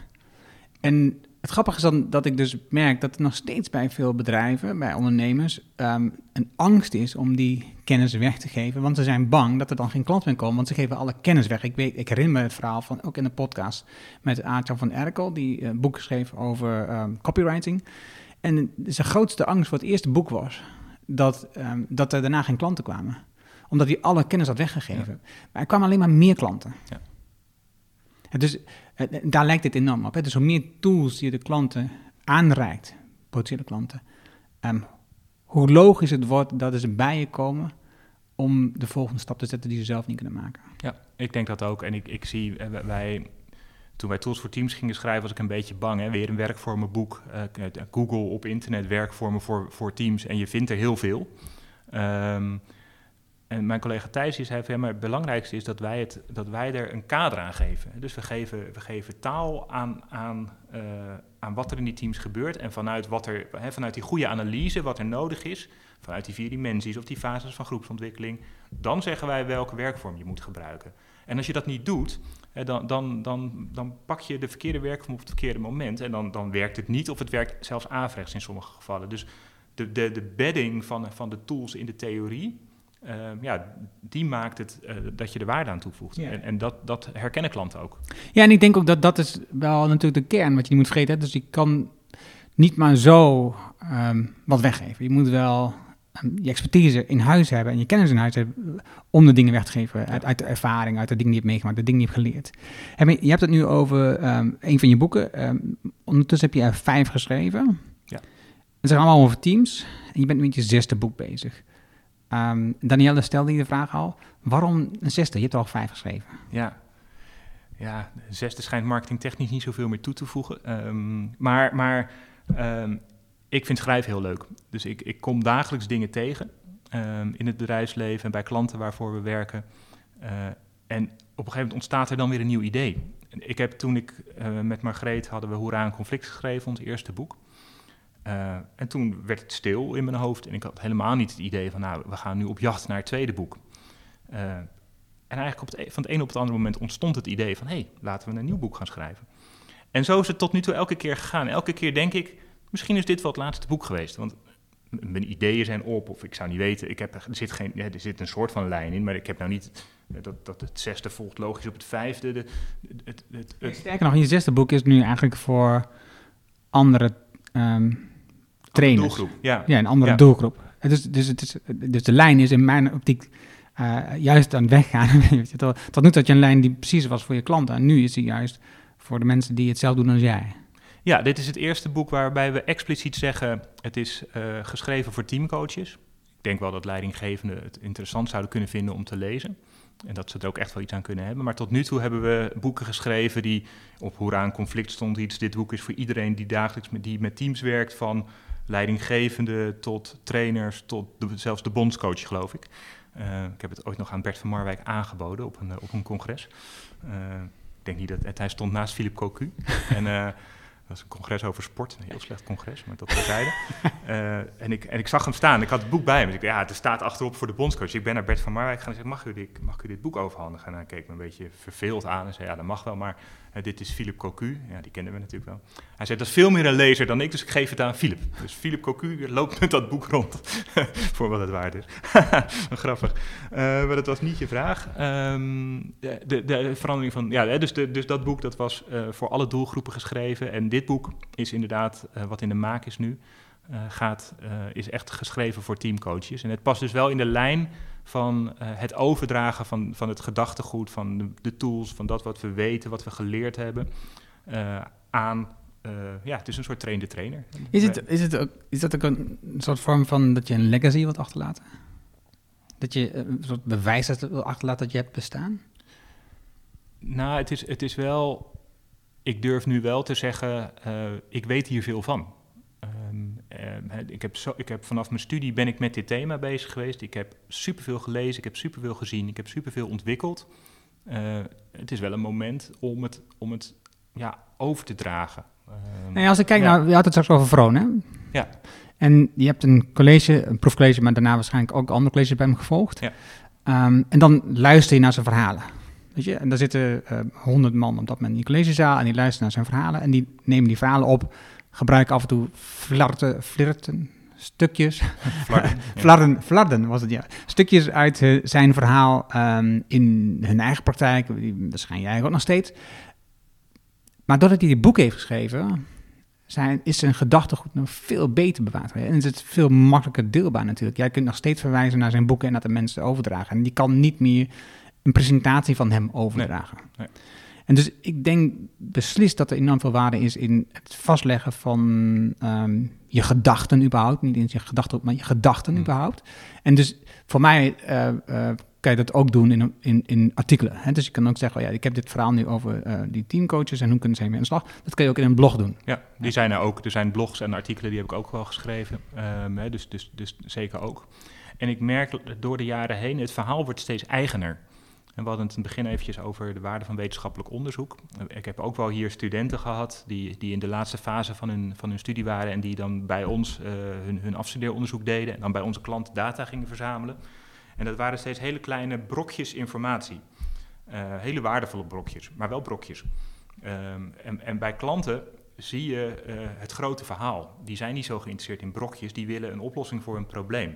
En het grappige is dan dat ik dus merk dat er nog steeds bij veel bedrijven, bij ondernemers, um, een angst is om die kennis weg te geven. Want ze zijn bang dat er dan geen klant meer komen, want ze geven alle kennis weg. Ik, weet, ik herinner me het verhaal van, ook in de podcast, met Aartjan van Erkel, die een boek schreef over um, copywriting. En zijn grootste angst voor het eerste boek was dat, um, dat er daarna geen klanten kwamen. Omdat hij alle kennis had weggegeven. Ja. Maar er kwamen alleen maar meer klanten. Ja. Dus daar lijkt het enorm op. Hè? Dus hoe meer tools je de klanten aanreikt, potentiële klanten, um, hoe logisch het wordt dat ze bij je komen om de volgende stap te zetten die ze zelf niet kunnen maken. Ja, ik denk dat ook. En ik, ik zie, wij, toen wij Tools voor Teams gingen schrijven, was ik een beetje bang. Hè? Weer een werkvormenboek, uh, Google op internet, werkvormen voor, voor Teams. En je vindt er heel veel. Um, En mijn collega Thijs die zei van, ja, maar het belangrijkste is dat wij, het, dat wij er een kader aan geven. Dus we geven, we geven taal aan, aan, uh, aan wat er in die teams gebeurt. En vanuit, wat er, hè, vanuit die goede analyse, wat er nodig is, vanuit die vier dimensies of die fases van groepsontwikkeling, dan zeggen wij welke werkvorm je moet gebruiken. En als je dat niet doet, hè, dan, dan, dan, dan pak je de verkeerde werkvorm op het verkeerde moment. En dan, dan werkt het niet of het werkt zelfs averechts in sommige gevallen. Dus de, de, de bedding van, van de tools in de theorie, Uh, ja, die maakt het uh, dat je er waarde aan toevoegt. Ja. En, en dat, dat herkennen klanten ook. Ja, en ik denk ook dat dat is wel natuurlijk de kern wat je niet moet vergeten. Hè? Dus je kan niet maar zo um, wat weggeven. Je moet wel um, je expertise in huis hebben en je kennis in huis hebben om de dingen weg te geven. Ja. Uit, uit de ervaring, uit de dingen die je hebt meegemaakt, de dingen die je hebt geleerd. En je hebt het nu over um, een van je boeken. Um, ondertussen heb je er vijf geschreven. Ja. Het zijn allemaal over teams. En je bent met je zesde boek bezig. Um, Danielle stelde je de vraag al, waarom een zesde? Je hebt er al vijf geschreven. Ja, ja de zesde schijnt marketingtechnisch niet zoveel meer toe te voegen. Um, maar maar um, ik vind schrijven heel leuk. Dus ik, ik kom dagelijks dingen tegen um, in het bedrijfsleven en bij klanten waarvoor we werken. Uh, en op een gegeven moment ontstaat er dan weer een nieuw idee. Ik heb toen ik uh, met Margreet hadden we Hoera een conflict geschreven, ons eerste boek. Uh, en toen werd het stil in mijn hoofd en ik had helemaal niet het idee van, nou, we gaan nu op jacht naar het tweede boek. Uh, en eigenlijk op het, van het ene op het andere moment ontstond het idee van, hé, hey, laten we een nieuw boek gaan schrijven. En zo is het tot nu toe elke keer gegaan. Elke keer denk ik, misschien is dit wel het laatste boek geweest, want mijn ideeën zijn op, of ik zou niet weten, ik heb, er, zit geen, ja, er zit een soort van lijn in, maar ik heb nou niet, dat, dat het zesde volgt logisch op het vijfde. De, het, het, het, Sterker nog, je zesde boek is nu eigenlijk voor andere um, trainers. Doelgroep, ja. Ja, een andere ja. doelgroep. Dus, dus, het is, dus de lijn is in mijn optiek uh, juist aan het weggaan. tot, tot nu toe had je een lijn die precies was voor je klanten. En nu is die juist voor de mensen die hetzelfde doen als jij. Ja, dit is het eerste boek waarbij we expliciet zeggen, het is uh, geschreven voor teamcoaches. Ik denk wel dat leidinggevenden het interessant zouden kunnen vinden om te lezen. En dat ze er ook echt wel iets aan kunnen hebben. Maar tot nu toe hebben we boeken geschreven die op Hoera een conflict stond iets. Dit boek is voor iedereen die dagelijks met, die met teams werkt, van leidinggevenden tot trainers tot de, zelfs de bondscoach, geloof ik. Uh, ik heb het ooit nog aan Bert van Marwijk aangeboden op een, op een congres. Uh, ik denk niet dat het, hij stond naast Philippe Cocu. en uh, dat was een congres over sport, een heel slecht congres, maar dat terzijde. uh, en, ik, en ik zag hem staan, ik had het boek bij me. Dus ik, ja, het staat achterop voor de bondscoach. Ik ben naar Bert van Marwijk gaan en zei, mag u dit, mag u dit boek overhandigen? En hij keek me een beetje verveeld aan en zei, ja, dat mag wel, maar uh, dit is Philippe Cocu. Ja, die kenden we natuurlijk wel. Hij zei, dat is veel meer een lezer dan ik, dus ik geef het aan Philippe. Dus Philippe Cocu loopt met dat boek rond, voor wat het waard is. Grappig. Uh, maar dat was niet je vraag. Um, de, de, de verandering van, ja, dus, de, dus dat boek, dat was uh, voor alle doelgroepen geschreven. En dit boek is inderdaad, uh, wat in de maak is nu, uh, gaat, uh, is echt geschreven voor teamcoaches. En het past dus wel in de lijn van uh, het overdragen van, van het gedachtegoed, van de, de tools, van dat wat we weten, wat we geleerd hebben, uh, aan, uh, ja, het is een soort trainde trainer. Is, het, is, het ook, is dat ook een soort vorm van dat je een legacy wilt achterlaten? Dat je een soort bewijs wilt achterlaten dat je hebt bestaan? Nou, het is, het is wel, ik durf nu wel te zeggen, uh, ik weet hier veel van. Um, ik, heb zo, ik heb vanaf mijn studie ben ik met dit thema bezig geweest. Ik heb superveel gelezen, ik heb superveel gezien, ik heb superveel ontwikkeld. Uh, het is wel een moment om het, om het ja, over te dragen. Uh, nou ja, als ik kijk ja. naar, je had het straks over Vroon, hè? Ja. En je hebt een college, een proefcollege, maar daarna waarschijnlijk ook andere colleges bij hem gevolgd. Ja. Um, en dan luister je naar zijn verhalen. Weet je? En daar zitten honderd uh, man op dat moment in die collegezaal en die luisteren naar zijn verhalen. En die nemen die verhalen op, gebruiken af en toe flirten, flirten stukjes. Flarden, ja. flarden, flarden was het, ja. Stukjes uit uh, zijn verhaal um, in hun eigen praktijk. Die waarschijnlijk jij ook nog steeds. Maar doordat hij dit boek heeft geschreven, zijn, is zijn gedachtegoed nog veel beter bewaard. En is het veel makkelijker deelbaar natuurlijk. Jij kunt nog steeds verwijzen naar zijn boeken en dat de mensen overdragen. En die kan niet meer een presentatie van hem overdragen. Nee, nee. En dus ik denk beslist dat er enorm veel waarde is in het vastleggen van um, je gedachten überhaupt. Niet eens je gedachten, maar je gedachten mm. überhaupt. En dus voor mij uh, uh, kan je dat ook doen in, in, in artikelen. Hè? Dus je kan ook zeggen, oh ja, ik heb dit verhaal nu over uh, die teamcoaches en hoe kunnen ze mee aan de slag. Dat kan je ook in een blog doen. Ja, die zijn er ook. Er zijn blogs en artikelen, die heb ik ook wel geschreven. Um, hè, dus, dus, dus zeker ook. En ik merk door de jaren heen, het verhaal wordt steeds eigener. En we hadden het in het begin eventjes over de waarde van wetenschappelijk onderzoek. Ik heb ook wel hier studenten gehad die, die in de laatste fase van hun, van hun studie waren en die dan bij ons uh, hun, hun afstudeeronderzoek deden en dan bij onze klanten data gingen verzamelen. En dat waren steeds hele kleine brokjes informatie. Uh, hele waardevolle brokjes, maar wel brokjes. Um, en, en bij klanten zie je uh, het grote verhaal. Die zijn niet zo geïnteresseerd in brokjes, die willen een oplossing voor een probleem.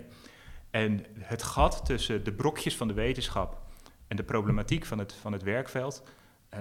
En het gat tussen de brokjes van de wetenschap en de problematiek van het, van het werkveld, uh,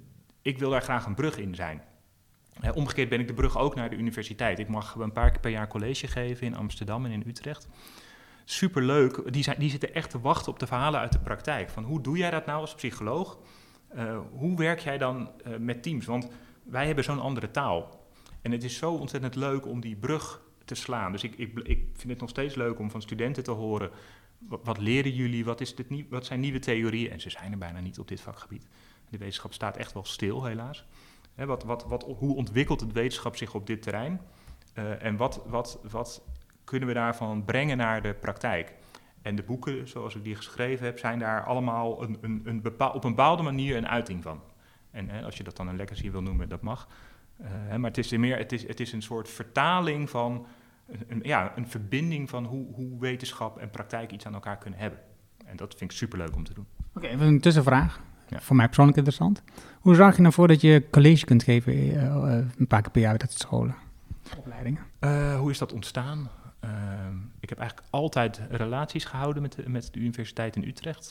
ik wil daar graag een brug in zijn. Uh, omgekeerd ben ik de brug ook naar de universiteit. Ik mag een paar keer per jaar college geven in Amsterdam en in Utrecht. Superleuk, die, zijn, die zitten echt te wachten op de verhalen uit de praktijk. Van hoe doe jij dat nou als psycholoog? Uh, hoe werk jij dan uh, met teams? Want wij hebben zo'n andere taal. En het is zo ontzettend leuk om die brug te slaan. Dus ik, ik, ik vind het nog steeds leuk om van studenten te horen, wat, wat leren jullie, wat, is dit nie, wat zijn nieuwe theorieën? En ze zijn er bijna niet op dit vakgebied. De wetenschap staat echt wel stil, helaas. He, wat, wat, wat, hoe ontwikkelt het wetenschap zich op dit terrein? Uh, en wat, wat, wat kunnen we daarvan brengen naar de praktijk? En de boeken, zoals ik die geschreven heb, zijn daar allemaal een, een, een bepaal, op een bepaalde manier een uiting van. En hè, als je dat dan een legacy wil noemen, dat mag. Uh, hè, maar het is, meer, het, is, het is een soort vertaling van, een, een, ja, een verbinding van hoe, hoe wetenschap en praktijk iets aan elkaar kunnen hebben. En dat vind ik superleuk om te doen. Oké, okay, even een tussenvraag. Ja. Voor mij persoonlijk interessant. Hoe zorg je nou voor dat je college kunt geven uh, uh, een paar keer per jaar uit de scholen, opleidingen? Uh, hoe is dat ontstaan? Uh, ik heb eigenlijk altijd relaties gehouden met de, met de Universiteit in Utrecht.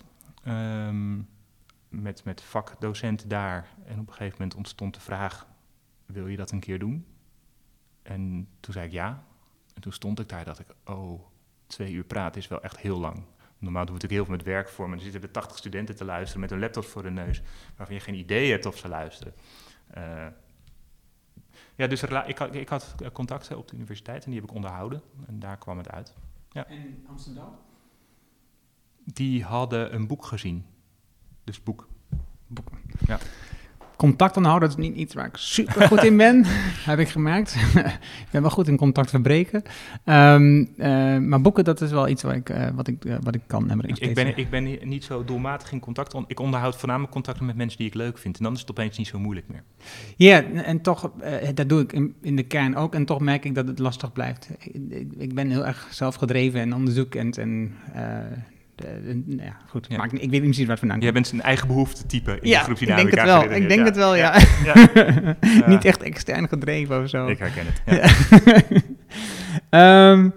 Um, met, met vakdocenten daar. En op een gegeven moment ontstond de vraag, wil je dat een keer doen? En toen zei ik ja. En toen stond ik daar en dacht ik, oh, twee uur praten is wel echt heel lang. Normaal doe ik heel veel met werk voor me. Dan zitten er tachtig studenten te luisteren met hun laptops voor de neus, waarvan je geen idee hebt of ze luisteren. Uh, ja, dus ik had, ik had contacten op de universiteit en die heb ik onderhouden. En daar kwam het uit. Ja. En in Amsterdam? Die hadden een boek gezien. Dus boek. Boeken. Ja. Contact onderhouden, dat is niet iets waar ik super goed in ben, heb ik gemerkt. Ik ben wel goed in contact verbreken. Um, uh, maar boeken, dat is wel iets waar ik, uh, wat, ik, uh, wat ik kan. En ik, ik, ben, ik ben niet zo doelmatig in contact. Ik onderhoud voornamelijk contacten met mensen die ik leuk vind. En dan is het opeens niet zo moeilijk meer. Ja, en toch, uh, dat doe ik in, in de kern ook. En toch merk ik dat het lastig blijft. Ik, ik, ik ben heel erg zelfgedreven en onderzoek en... en uh, De, de, nou ja, goed. Ja. Maar ik, ik weet niet precies wat vandaan komt. Jij bent zijn eigen behoefte type in ja, de groepsdynamica. Ik denk het wel. Ik denk ja. het wel, ja. ja. ja. ja. Niet echt extern gedreven of zo. Ik herken het. Ja. um,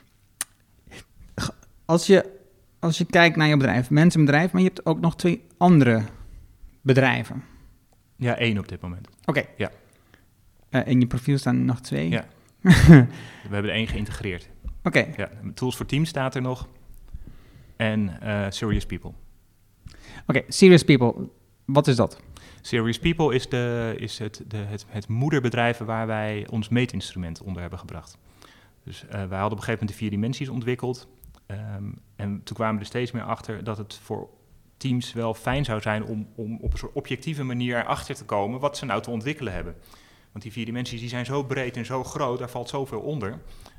als, je, als je kijkt naar je bedrijf, mensenbedrijf, maar je hebt ook nog twee andere bedrijven. Ja, één op dit moment. Oké. Okay. Ja. Uh, in je profiel staan er nog twee? Ja. We hebben er één geïntegreerd. Oké. Okay. Ja, Tools for Teams staat er nog. En uh, Serious People. Oké, okay, Serious People, wat is dat? Serious People is, de, is het, de, het, het moederbedrijf waar wij ons meetinstrument onder hebben gebracht. Dus uh, wij hadden op een gegeven moment de vier dimensies ontwikkeld. Um, en toen kwamen we er steeds meer achter dat het voor teams wel fijn zou zijn om, om op een soort objectieve manier erachter te komen wat ze nou te ontwikkelen hebben. Want die vier dimensies die zijn zo breed en zo groot, daar valt zoveel onder.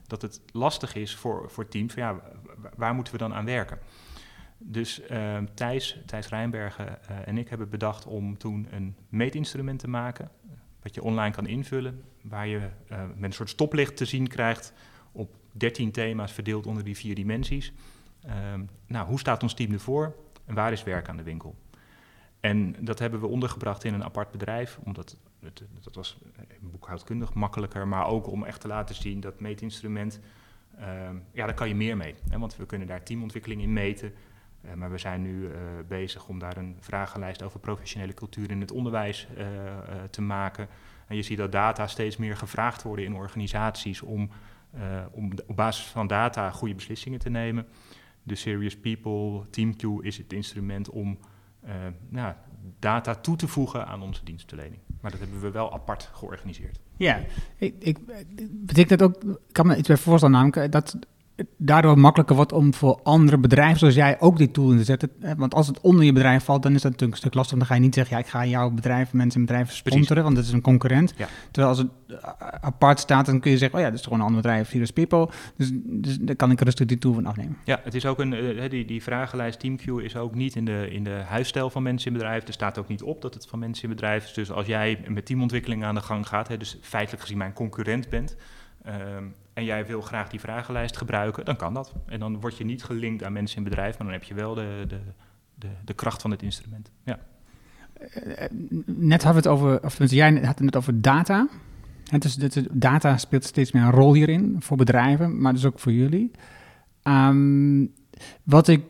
dat het lastig is voor, voor teams. Van, ja, waar moeten we dan aan werken? Dus uh, Thijs, Thijs Rijnbergen uh, en ik hebben bedacht om toen een meetinstrument te maken, wat je online kan invullen, waar je uh, met een soort stoplicht te zien krijgt op dertien thema's verdeeld onder die vier dimensies. Uh, nou, hoe staat ons team ervoor en waar is werk aan de winkel? En dat hebben we ondergebracht in een apart bedrijf, omdat het, dat was boekhoudkundig makkelijker, maar ook om echt te laten zien dat meetinstrument, uh, ja, daar kan je meer mee. Hè, want we kunnen daar teamontwikkeling in meten. Uh, maar we zijn nu uh, bezig om daar een vragenlijst over professionele cultuur in het onderwijs uh, uh, te maken. En je ziet dat data steeds meer gevraagd worden in organisaties om, uh, om de, op basis van data goede beslissingen te nemen. De Serious People, TeamQ is het instrument om uh, nou, data toe te voegen aan onze dienstverlening. Maar dat hebben we wel apart georganiseerd. Ja, ik, ik, betekent dat ook, ik kan me iets bij voorstellen namelijk, dat daardoor makkelijker wordt om voor andere bedrijven zoals jij ook die tool in te zetten. Want als het onder je bedrijf valt, dan is dat natuurlijk een stuk lastig. Dan ga je niet zeggen, ja, ik ga jouw bedrijf, mensen in bedrijven sponsoren, Precies. want dat is een concurrent. Ja. Terwijl als het apart staat, dan kun je zeggen, oh ja, dat is gewoon een ander bedrijf, Serious People. Dus, dus daar kan ik rustig die tool van afnemen. Ja, het is ook een, uh, die, die vragenlijst TeamQ is ook niet in de, in de huisstijl van mensen in bedrijven. Er staat ook niet op dat het van mensen in bedrijven is. Dus als jij met teamontwikkeling aan de gang gaat, hè, dus feitelijk gezien mijn concurrent bent, Um, en jij wil graag die vragenlijst gebruiken, dan kan dat. En dan word je niet gelinkt aan mensen in bedrijf, maar dan heb je wel de, de, de, de kracht van het instrument. Ja. Uh, net hadden we het over, of tenminste, jij had het net over data. Het is, het is, data speelt steeds meer een rol hierin, voor bedrijven, maar dus ook voor jullie. Um, wat ik...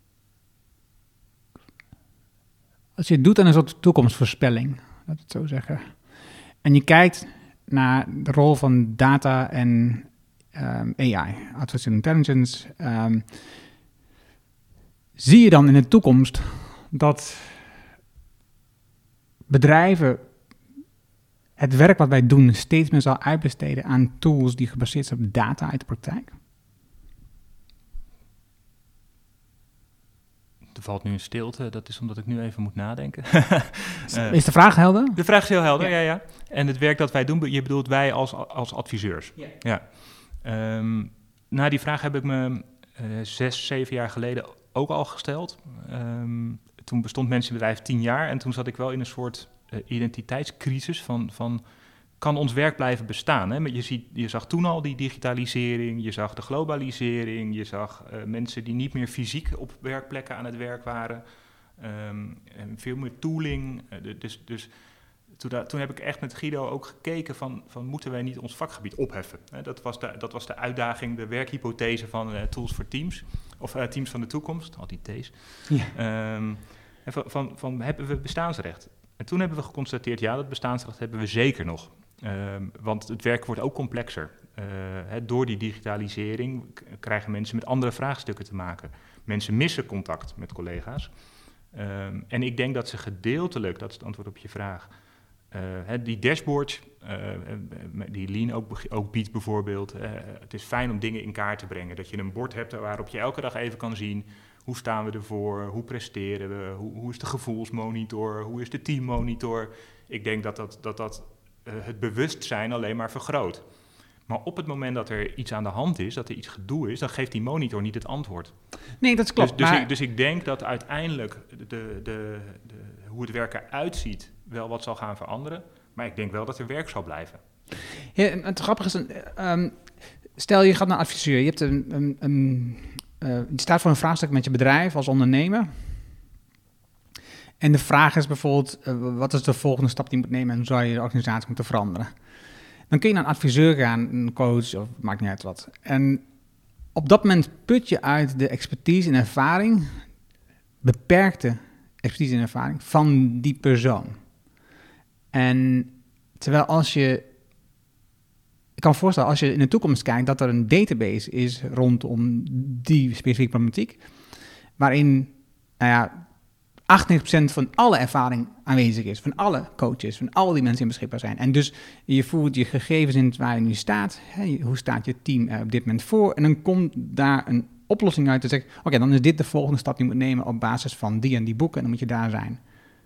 Als je het doet aan een soort toekomstvoorspelling, laat ik het zo zeggen, en je kijkt naar de rol van data en um, A I, Artificial Intelligence. Um, zie je dan in de toekomst dat bedrijven het werk wat wij doen steeds meer zal uitbesteden aan tools die gebaseerd zijn op data uit de praktijk? Er valt nu een stilte, dat is omdat ik nu even moet nadenken. uh, is de vraag helder? De vraag is heel helder, ja. ja, ja. En het werk dat wij doen, je bedoelt wij als, als adviseurs. Ja. ja. Um, na die vraag heb ik me uh, zes, zeven jaar geleden ook al gesteld. Um, toen bestond Mensenbedrijf tien jaar en toen zat ik wel in een soort uh, identiteitscrisis van... van kan ons werk blijven bestaan? Hè? Je, ziet, je zag toen al die digitalisering, je zag de globalisering, je zag uh, mensen die niet meer fysiek op werkplekken aan het werk waren. Um, en veel meer tooling. Uh, dus dus toen, da- toen heb ik echt met Guido ook gekeken van, van moeten wij niet ons vakgebied opheffen? Hè? Dat was de, dat was de uitdaging, de werkhypothese van uh, Tools for Teams. Of uh, Teams van de toekomst, al die T's. Ja. Um, en van, van, van hebben we bestaansrecht? En toen hebben we geconstateerd, ja, dat bestaansrecht hebben we zeker nog. Uh, want het werk wordt ook complexer. Uh, he, door die digitalisering k- krijgen mensen met andere vraagstukken te maken. Mensen missen contact met collega's. Uh, en ik denk dat ze gedeeltelijk, dat is het antwoord op je vraag, uh, he, die dashboards, uh, die Lean ook, ook biedt bijvoorbeeld. Uh, het is fijn om dingen in kaart te brengen. Dat je een bord hebt waarop je elke dag even kan zien, hoe staan we ervoor, hoe presteren we, hoe, hoe is de gevoelsmonitor, hoe is de teammonitor. Ik denk dat dat... dat, dat Uh, het bewustzijn alleen maar vergroot. Maar op het moment dat er iets aan de hand is, dat er iets gedoe is, dan geeft die monitor niet het antwoord. Nee, dat klopt. Dus, dus, maar... ik, dus ik denk dat uiteindelijk de, de, de, de, hoe het werk eruit ziet wel wat zal gaan veranderen. Maar ik denk wel dat er werk zal blijven. Ja, het grappige is, um, stel je gaat naar adviseur. Je, hebt een, een, een, uh, je staat voor een vraagstuk met je bedrijf als ondernemer. En de vraag is bijvoorbeeld, uh, wat is de volgende stap die je moet nemen en zou je de organisatie moeten veranderen? Dan kun je naar een adviseur gaan, een coach of maakt niet uit wat. En op dat moment put je uit de expertise en ervaring, beperkte expertise en ervaring van die persoon. En terwijl als je, ik kan me voorstellen, als je in de toekomst kijkt, dat er een database is rondom die specifieke problematiek, waarin, nou ja, achtennegentig procent van alle ervaring aanwezig is, van alle coaches, van al die mensen die beschikbaar zijn. En dus je voert je gegevens in waar je nu staat, hè, hoe staat je team er op dit moment voor, en dan komt daar een oplossing uit te zeggen, oké, okay, dan is dit de volgende stap die je moet nemen op basis van die en die boeken, en dan moet je daar zijn.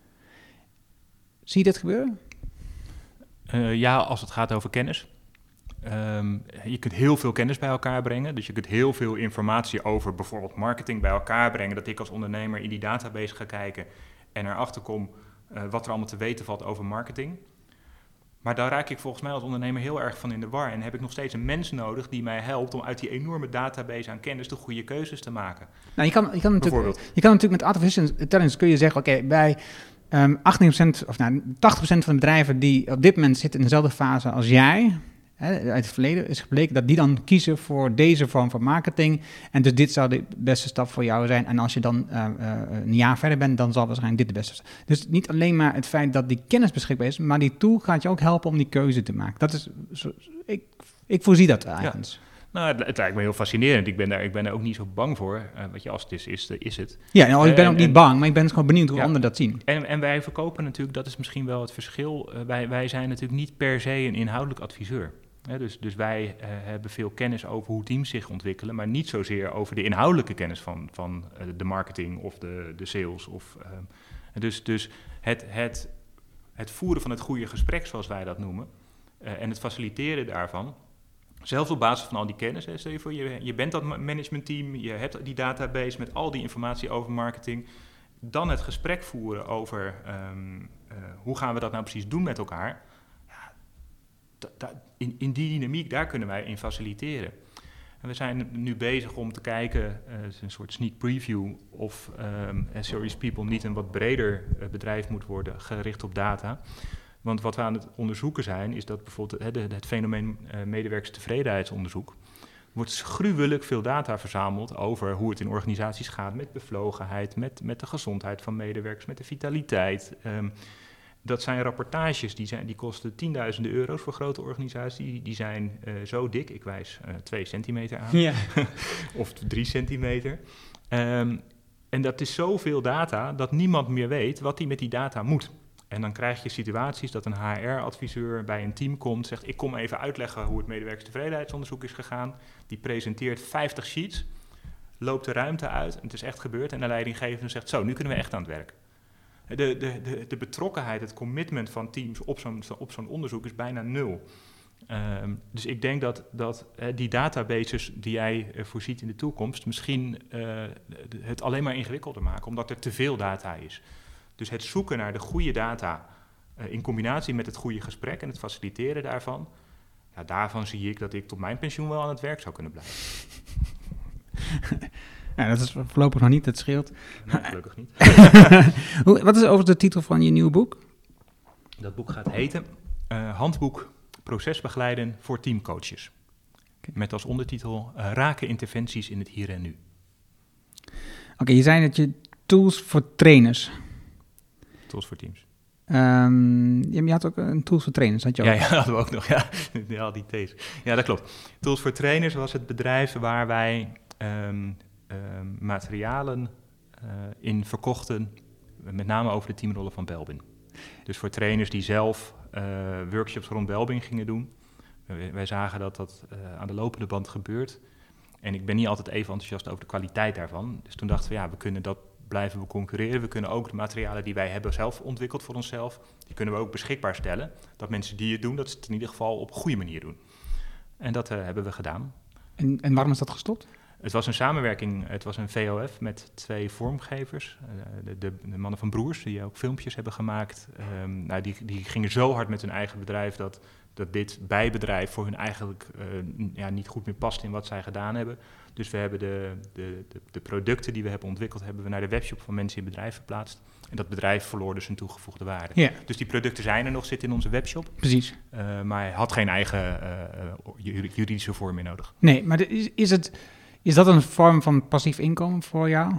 Zie je dit gebeuren? Uh, ja, als het gaat over kennis. Um, je kunt heel veel kennis bij elkaar brengen. Dus je kunt heel veel informatie over bijvoorbeeld marketing bij elkaar brengen. Dat ik als ondernemer in die database ga kijken en erachter kom uh, wat er allemaal te weten valt over marketing. Maar daar raak ik volgens mij als ondernemer heel erg van in de war. En heb ik nog steeds een mens nodig die mij helpt om uit die enorme database aan kennis de goede keuzes te maken. Nou, je kan, je kan, natuurlijk, je kan natuurlijk met artificial intelligence kun je zeggen, oké, okay, bij um, achttien procent of nou, tachtig procent van de bedrijven die op dit moment zitten in dezelfde fase als jij, hè, uit het verleden is gebleken dat die dan kiezen voor deze vorm van marketing. En dus dit zou de beste stap voor jou zijn. En als je dan uh, uh, een jaar verder bent, dan zal waarschijnlijk dit de beste stap. Dus niet alleen maar het feit dat die kennis beschikbaar is, maar die tool gaat je ook helpen om die keuze te maken. Dat is, zo, ik, ik voorzie dat eigenlijk. Ja. Nou, het, het lijkt me heel fascinerend. Ik ben daar, ik ben daar ook niet zo bang voor. Uh, wat je als het is, is, is het. Ja, nou, ik ben uh, ook en, niet bang, maar ik ben gewoon benieuwd hoe ja, anderen dat zien. En, en wij verkopen natuurlijk, dat is misschien wel het verschil. Uh, wij, wij zijn natuurlijk niet per se een inhoudelijk adviseur. Ja, dus, dus wij uh, hebben veel kennis over hoe teams zich ontwikkelen, maar niet zozeer over de inhoudelijke kennis van, van uh, de marketing of de, de sales. Of, uh, dus dus het, het, het voeren van het goede gesprek, zoals wij dat noemen, uh, en het faciliteren daarvan, zelfs op basis van al die kennis. Hè, stel je voor, je, je bent dat managementteam, je hebt die database met al die informatie over marketing, dan het gesprek voeren over um, uh, hoe gaan we dat nou precies doen met elkaar. Da, da, in, in die dynamiek, daar kunnen wij in faciliteren. En we zijn nu bezig om te kijken, uh, het is een soort sneak preview, of um, Serious People niet een wat breder uh, bedrijf moet worden, gericht op data. Want wat we aan het onderzoeken zijn, is dat bijvoorbeeld uh, de, het fenomeen uh, medewerkerstevredenheidsonderzoek, wordt gruwelijk veel data verzameld over hoe het in organisaties gaat met bevlogenheid, met, met de gezondheid van medewerkers, met de vitaliteit. Um, Dat zijn rapportages, die, zijn, die kosten tienduizenden euro's voor grote organisaties. Die, die zijn uh, zo dik, ik wijs uh, twee centimeter aan, ja. of drie centimeter. Um, en dat is zoveel data dat niemand meer weet wat hij met die data moet. En dan krijg je situaties dat een H R-adviseur bij een team komt, zegt ik kom even uitleggen hoe het medewerkerstevredenheidsonderzoek is gegaan. Die presenteert vijftig sheets, loopt de ruimte uit en het is echt gebeurd. En de leidinggevende zegt zo, nu kunnen we echt aan het werk. De, de, de, de betrokkenheid, het commitment van teams op zo'n, op zo'n onderzoek is bijna nul. Um, dus ik denk dat, dat uh, die databases die jij uh, voorziet in de toekomst misschien uh, het alleen maar ingewikkelder maken, omdat er te veel data is. Dus het zoeken naar de goede data uh, in combinatie met het goede gesprek en het faciliteren daarvan, ja, daarvan zie ik dat ik tot mijn pensioen wel aan het werk zou kunnen blijven. Ja, dat is voorlopig nog niet, dat scheelt. Nee, gelukkig niet. Hoe, wat is overigens de titel van je nieuwe boek? Dat boek gaat heten uh, Handboek Procesbegeleiden voor teamcoaches. Okay. Met als ondertitel uh, Raken interventies in het hier en nu. Oké, okay, je zei dat je tools voor trainers. Tools voor teams. Um, je had ook een tools voor trainers, had je ook? Ja, ja, dat hadden we ook nog. Ja, ja, die these. Ja, dat klopt. Tools voor trainers was het bedrijf waar wij um, um, materialen uh, in verkochten, met name over de teamrollen van Belbin. Dus voor trainers die zelf uh, workshops rond Belbin gingen doen. Wij, wij zagen dat dat uh, aan de lopende band gebeurt. En ik ben niet altijd even enthousiast over de kwaliteit daarvan. Dus toen dachten we, ja, we kunnen dat blijven we concurreren. We kunnen ook de materialen die wij hebben zelf ontwikkeld voor onszelf, die kunnen we ook beschikbaar stellen. Dat mensen die het doen, dat ze het in ieder geval op een goede manier doen. En dat uh, hebben we gedaan. En, en waarom is dat gestopt? Het was een samenwerking, het was een V O F met twee vormgevers. Uh, de, de, de mannen van Broers, die ook filmpjes hebben gemaakt. Um, nou, die, die gingen zo hard met hun eigen bedrijf dat, dat dit bijbedrijf voor hun eigenlijk uh, ja, niet goed meer past in wat zij gedaan hebben. Dus we hebben de, de, de, de producten die we hebben ontwikkeld, hebben we naar de webshop van mensen in bedrijf verplaatst. En dat bedrijf verloor dus een toegevoegde waarde. Ja. Dus die producten zijn er nog, zitten in onze webshop. Precies. Uh, maar hij had geen eigen uh, juridische vorm meer nodig. Nee, maar de, is, is, het, is dat een vorm van passief inkomen voor jou?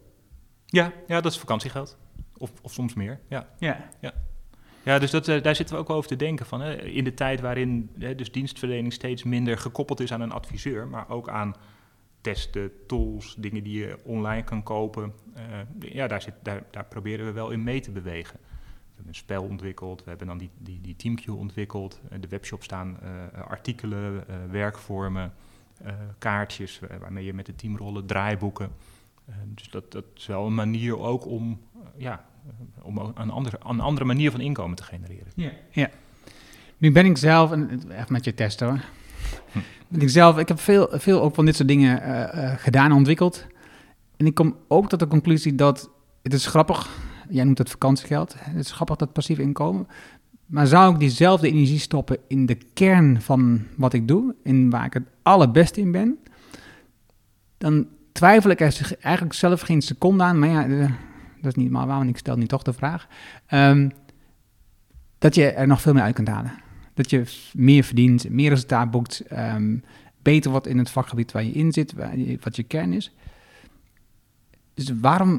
Ja, ja, dat is vakantiegeld. Of, of soms meer, ja. Ja. Ja. Ja, dus dat, uh, daar zitten we ook over te denken van. Hè, in de tijd waarin hè, dus dienstverlening steeds minder gekoppeld is aan een adviseur, maar ook aan testen, tools, dingen die je online kan kopen. Uh, ja, daar, zit, daar, daar proberen we wel in mee te bewegen. We hebben een spel ontwikkeld, we hebben dan die, die, die TeamQ ontwikkeld. In de webshop staan uh, artikelen, uh, werkvormen, uh, kaartjes uh, waarmee je met de teamrollen, draaiboeken. Uh, dus dat, dat is wel een manier ook om, uh, ja, uh, om een andere, een andere manier van inkomen te genereren. Ja. Ja. Nu ben ik zelf, en even met je testen hoor. ben ik zelf, ik heb veel, veel ook van dit soort dingen uh, uh, gedaan en ontwikkeld. En ik kom ook tot de conclusie dat, het is grappig, jij noemt het vakantiegeld, het is grappig dat passief inkomen. Maar zou ik diezelfde energie stoppen in de kern van wat ik doe, in waar ik het allerbeste in ben, dan twijfel ik er eigenlijk zelf geen seconde aan, maar ja, uh, dat is niet maar waar, want ik stel nu toch de vraag, um, dat je er nog veel meer uit kunt halen. Dat je meer verdient, meer resultaat boekt, um, beter wordt in het vakgebied waar je in zit, waar je, wat je kern is. Dus waarom,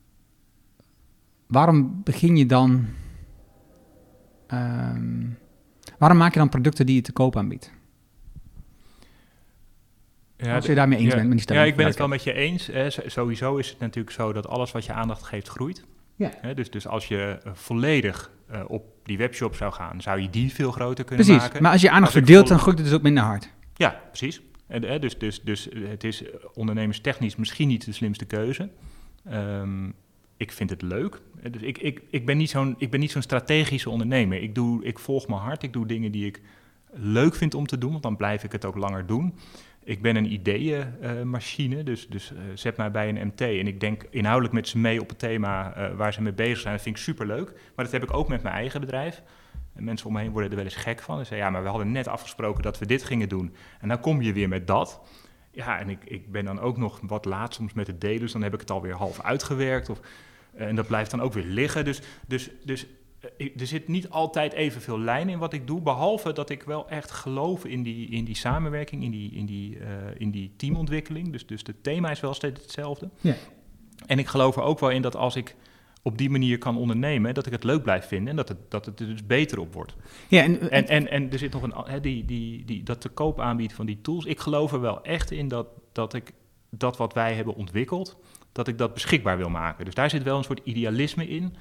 waarom begin je dan, um, waarom maak je dan producten die je te koop aanbiedt? Ja, Als je daarmee eens ja, bent met die stelling. Ja, ik ben het wel met je eens. Hè. Sowieso is het natuurlijk zo dat alles wat je aandacht geeft groeit. Ja. Hè, dus, dus als je uh, volledig uh, op die webshop zou gaan, zou je die veel groter kunnen precies, maken. Maar als je aandacht als verdeelt, vol... dan groeit het dus ook minder hard. Ja, precies. En, hè, dus, dus, dus het is ondernemerstechnisch misschien niet de slimste keuze. Um, ik vind het leuk. Dus ik, ik, ik ben niet zo'n, ik ben niet zo'n strategische ondernemer. Ik, doe, ik volg mijn hart. Ik doe dingen die ik leuk vind om te doen, want dan blijf ik het ook langer doen. Ik ben een ideeënmachine, uh, dus, dus uh, zet mij bij een M T en ik denk inhoudelijk met ze mee op het thema uh, waar ze mee bezig zijn. Dat vind ik superleuk, maar dat heb ik ook met mijn eigen bedrijf. En mensen om me heen worden er wel eens gek van. Ze zeggen, ja, maar we hadden net afgesproken dat we dit gingen doen. En dan kom je weer met dat. Ja, en ik, ik ben dan ook nog wat laat soms met het delen, dus dan heb ik het alweer half uitgewerkt. Of, uh, en dat blijft dan ook weer liggen. Dus, dus, dus uh, er zit niet altijd evenveel lijn in wat ik doe, behalve dat ik wel echt geloof in die, in die samenwerking, in die, in die, uh, in die teamontwikkeling. Dus, dus het thema is wel steeds hetzelfde. Ja. En ik geloof er ook wel in dat als ik op die manier kan ondernemen, dat ik het leuk blijf vinden en dat het, dat het er dus beter op wordt. Ja, en, en, en, en er zit nog een, hè, die, die, die, dat te koop aanbieden van die tools. Ik geloof er wel echt in dat, dat ik dat wat wij hebben ontwikkeld, dat ik dat beschikbaar wil maken. Dus daar zit wel een soort idealisme in,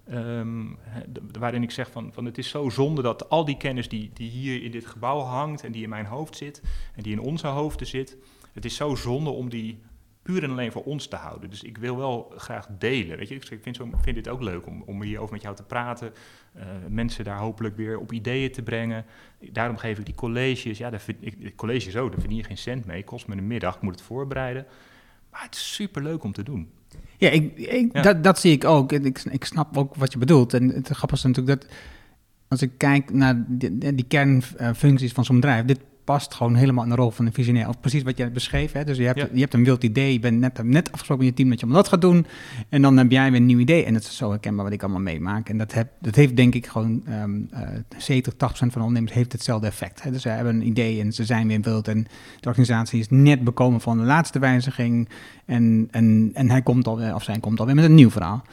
um, waarin ik zeg van, van het is zo zonde dat al die kennis die, die hier in dit gebouw hangt en die in mijn hoofd zit en die in onze hoofden zit, het is zo zonde om die puur en alleen voor ons te houden. Dus ik wil wel graag delen. Weet je? Ik vind, zo, vind dit ook leuk om, om hierover met jou te praten. Uh, mensen daar hopelijk weer op ideeën te brengen. Daarom geef ik die colleges. Ja, daar vind, ik, colleges ook, daar verdien je geen cent mee. Kost me een middag, ik moet het voorbereiden. Maar het is superleuk om te doen. Ja, ik, ik, ja. Dat, dat zie ik ook. Ik, ik snap ook wat je bedoelt. En het grappige is natuurlijk dat als ik kijk naar die, die kernfuncties van zo'n bedrijf, dit past gewoon helemaal in de rol van een visionair. Of precies wat jij beschreef. Hè? Dus je hebt, ja. je hebt een wild idee, je bent net, net afgesproken met je team dat je allemaal dat gaat doen. En dan heb jij weer een nieuw idee. En dat is zo herkenbaar wat ik allemaal meemaak. En dat, heb, dat heeft denk ik gewoon um, uh, zeventig, tachtig procent van de ondernemers heeft hetzelfde effect. Hè? Dus ze hebben een idee en ze zijn weer wild. En de organisatie is net bekomen van de laatste wijziging. En, en, en hij komt alweer, of zij komt alweer met een nieuw verhaal.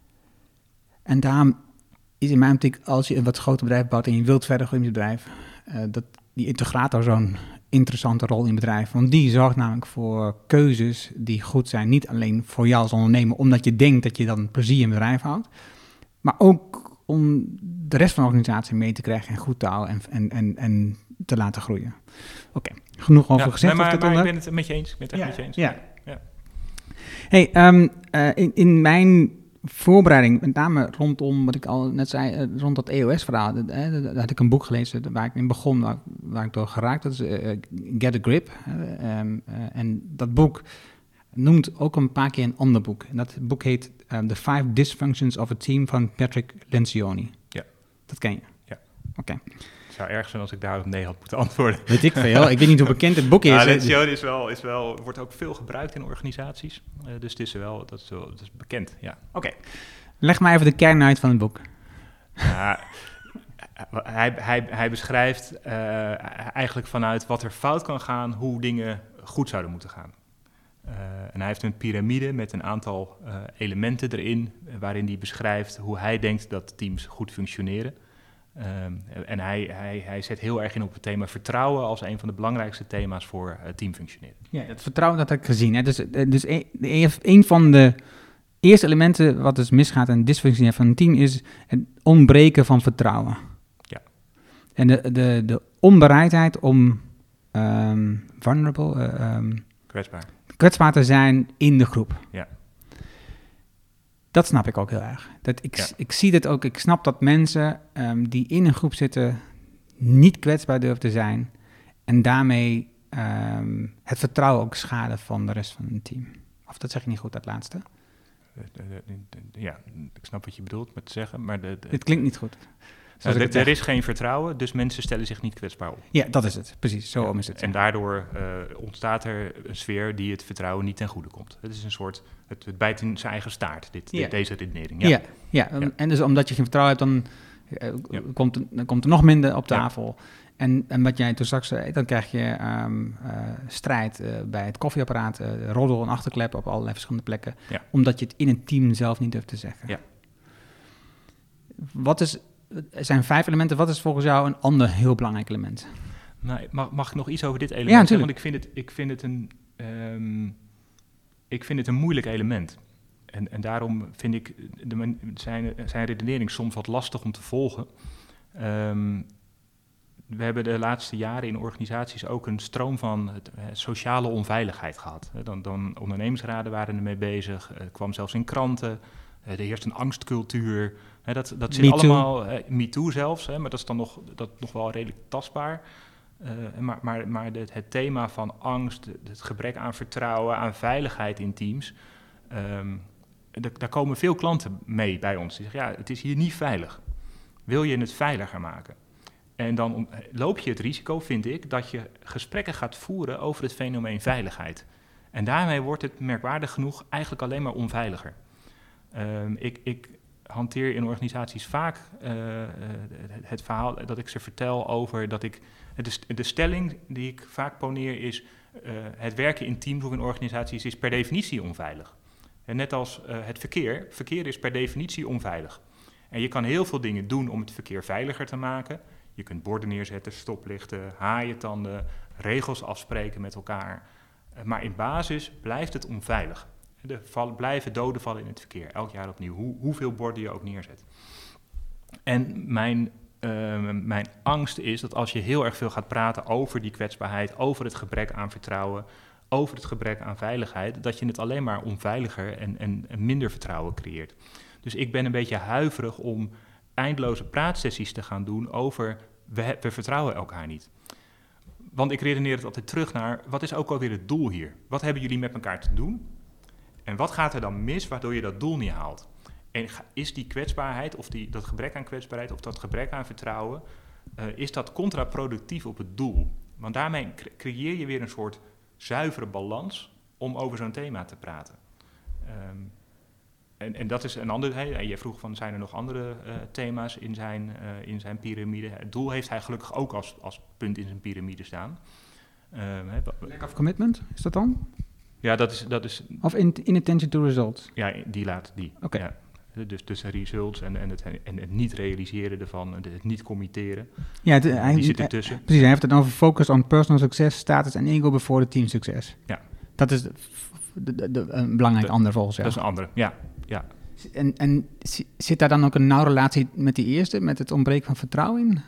En daarom is in mijn optiek, als je een wat groter bedrijf bouwt en je wilt verder groeien met je bedrijf, uh, dat die integrator zo'n interessante rol in het bedrijf. Want die zorgt namelijk voor keuzes die goed zijn. Niet alleen voor jou als ondernemer, omdat je denkt dat je dan plezier in het bedrijf houdt. Maar ook om de rest van de organisatie mee te krijgen en goed te houden en, en, en, en te laten groeien. Oké, okay. Genoeg over ja, gezegd. Nee, maar, maar maar ik ben het met je eens. Ik ben het echt ja, met je eens. Ja. Ja. Hey, um, uh, in, in mijn voorbereiding, met name rondom wat ik al net zei, uh, rond dat E O S-verhaal, uh, daar had ik een boek gelezen waar ik in begon, waar, waar ik door geraakt, dat is uh, Get a Grip. Uh, um, uh, en dat boek noemt ook een paar keer een ander boek. En dat boek heet uh, The Five Dysfunctions of a Team van Patrick Lencioni. Ja. Dat ken je? Ja. Oké. Okay. Het zou erg zijn als ik daarop nee had moeten antwoorden. Weet ik veel. Ik weet niet hoe bekend het boek is. Ja, Lencioni is wel, is wel, wordt ook veel gebruikt in organisaties. Uh, dus het is wel, dat is, wel, dat is bekend, ja. Oké. Okay. Leg maar even de kern uit van het boek. Ja, hij, hij, hij beschrijft uh, eigenlijk vanuit wat er fout kan gaan, hoe dingen goed zouden moeten gaan. Uh, en hij heeft een piramide met een aantal uh, elementen erin, waarin hij beschrijft hoe hij denkt dat teams goed functioneren. Um, en hij, hij, hij zet heel erg in op het thema vertrouwen als een van de belangrijkste thema's voor uh, teamfunctioneren. Ja, dat vertrouwen dat heb ik gezien. Hè. Dus, dus een, een van de eerste elementen wat dus misgaat en dysfunctioneren van een team is het ontbreken van vertrouwen. Ja. En de, de, de onbereidheid om um, vulnerable, uh, um, kwetsbaar. kwetsbaar te zijn in de groep. Ja. Dat snap ik ook heel erg. Dat ik, ja. ik zie dit ook, ik snap dat mensen um, die in een groep zitten niet kwetsbaar durven te zijn en daarmee um, het vertrouwen ook schaden van de rest van het team. Of dat zeg ik niet goed, dat laatste? Ja, ik snap wat je bedoelt met te zeggen, maar... De, de, Dit klinkt niet goed. Uh, d- er is geen vertrouwen, dus mensen stellen zich niet kwetsbaar op. Ja, dat is het. Precies, zo ja, is het. En daardoor uh, ontstaat er een sfeer die het vertrouwen niet ten goede komt. Het is een soort, het, het bijt in zijn eigen staart, dit, ja. dit, deze redenering. Ja, ja, ja. ja. En dus omdat je geen vertrouwen hebt, dan, uh, ja. komt, er, dan komt er nog minder op tafel. Ja. En, en wat jij toen straks zei, dan krijg je um, uh, strijd uh, bij het koffieapparaat, uh, roddel en achterklep op allerlei verschillende plekken. Ja. Omdat je het in een team zelf niet durft te zeggen. Ja. Wat is... Er zijn vijf elementen. Wat is volgens jou een ander heel belangrijk element? Nou, mag, mag ik nog iets over dit element ja, zeggen? Want ik vind het, ik vind het, een, um, ik vind het een moeilijk element. En, en daarom vind ik de, zijn, zijn redenering soms wat lastig om te volgen. Um, we hebben de laatste jaren in organisaties ook een stroom van het, uh, sociale onveiligheid gehad. Dan, dan ondernemersraden waren ermee bezig. Het kwam zelfs in kranten. Uh, er heerst een angstcultuur. He, dat dat zit Me allemaal, uh, me too zelfs, he, maar dat is dan nog, dat nog wel redelijk tastbaar. Uh, maar maar, maar de, het thema van angst, het gebrek aan vertrouwen, aan veiligheid in teams, um, de, daar komen veel klanten mee bij ons. Die zeggen, ja, het is hier niet veilig. Wil je het veiliger maken? En dan om, loop je het risico, vind ik, dat je gesprekken gaat voeren over het fenomeen veiligheid. En daarmee wordt het merkwaardig genoeg eigenlijk alleen maar onveiliger. Um, ik... ik hanteer in organisaties vaak uh, uh, het verhaal dat ik ze vertel over dat ik... De, de stelling die ik vaak poneer is... Uh, het werken in teams of in organisaties is per definitie onveilig. En net als uh, het verkeer. Verkeer is per definitie onveilig. En je kan heel veel dingen doen om het verkeer veiliger te maken. Je kunt borden neerzetten, stoplichten, haaientanden... regels afspreken met elkaar. Uh, maar in basis blijft het onveilig. Er vallen, blijven doden vallen in het verkeer, elk jaar opnieuw, hoe, hoeveel borden je ook neerzet. En mijn, uh, mijn angst is dat als je heel erg veel gaat praten over die kwetsbaarheid, over het gebrek aan vertrouwen, over het gebrek aan veiligheid, dat je het alleen maar onveiliger en, en, en minder vertrouwen creëert. Dus ik ben een beetje huiverig om eindeloze praatsessies te gaan doen over we, we vertrouwen elkaar niet. Want ik redeneer het altijd terug naar, wat is ook alweer het doel hier? Wat hebben jullie met elkaar te doen? En wat gaat er dan mis waardoor je dat doel niet haalt? En is die kwetsbaarheid, of die, dat gebrek aan kwetsbaarheid, of dat gebrek aan vertrouwen, uh, is dat contraproductief op het doel? Want daarmee creëer je weer een soort zuivere balans om over zo'n thema te praten. Um, en, en dat is een ander, hey, je vroeg van, zijn er nog andere uh, thema's in zijn, uh, in zijn piramide? Het doel heeft hij gelukkig ook als, als punt in zijn piramide staan. Um, hey, Lack of commitment, is dat dan? Ja, dat is... Dat is of in, inattention to results? Ja, die laat die. Oké. Okay. Ja. Dus tussen results en, en, het, en het niet realiseren ervan, het niet committeren. Ja, het, hij, die zit ertussen. Hij, precies, hij heeft het over focus on personal success, status en ego before the team succes. Ja. Dat is de, de, de, de, een belangrijk de, ander volgens jou. Dat is een andere, ja. ja. En, en zit daar dan ook een nauwe relatie met die eerste, met het ontbreken van vertrouwen in?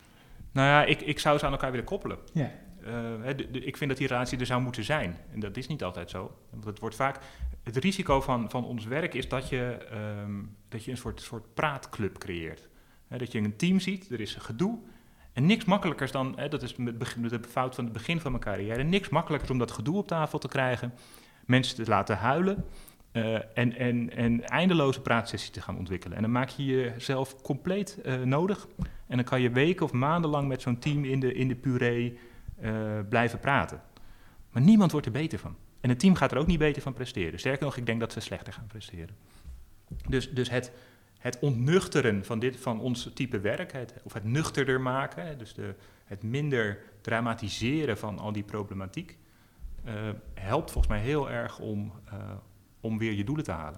Nou ja, ik, ik zou ze aan elkaar willen koppelen. Ja. Uh, de, de, ik vind dat die relatie er zou moeten zijn. En dat is niet altijd zo. Want het wordt vaak... Het risico van, van ons werk is dat je, um, dat je een soort, soort praatclub creëert. He, dat je een team ziet, er is gedoe. En niks makkelijkers dan... He, dat is de fout van het begin van mijn carrière. Niks makkelijkers om dat gedoe op tafel te krijgen. Mensen te laten huilen. Uh, en, en, en eindeloze praatsessies te gaan ontwikkelen. En dan maak je jezelf compleet uh, nodig. En dan kan je weken of maanden lang met zo'n team in de, in de puree... Uh, blijven praten. Maar niemand wordt er beter van. En het team gaat er ook niet beter van presteren. Sterker nog, ik denk dat ze slechter gaan presteren. Dus, dus het, het ontnuchteren van, dit, van ons type werk, het, of het nuchterder maken, dus de, het minder dramatiseren van al die problematiek, uh, helpt volgens mij heel erg om, uh, om weer je doelen te halen.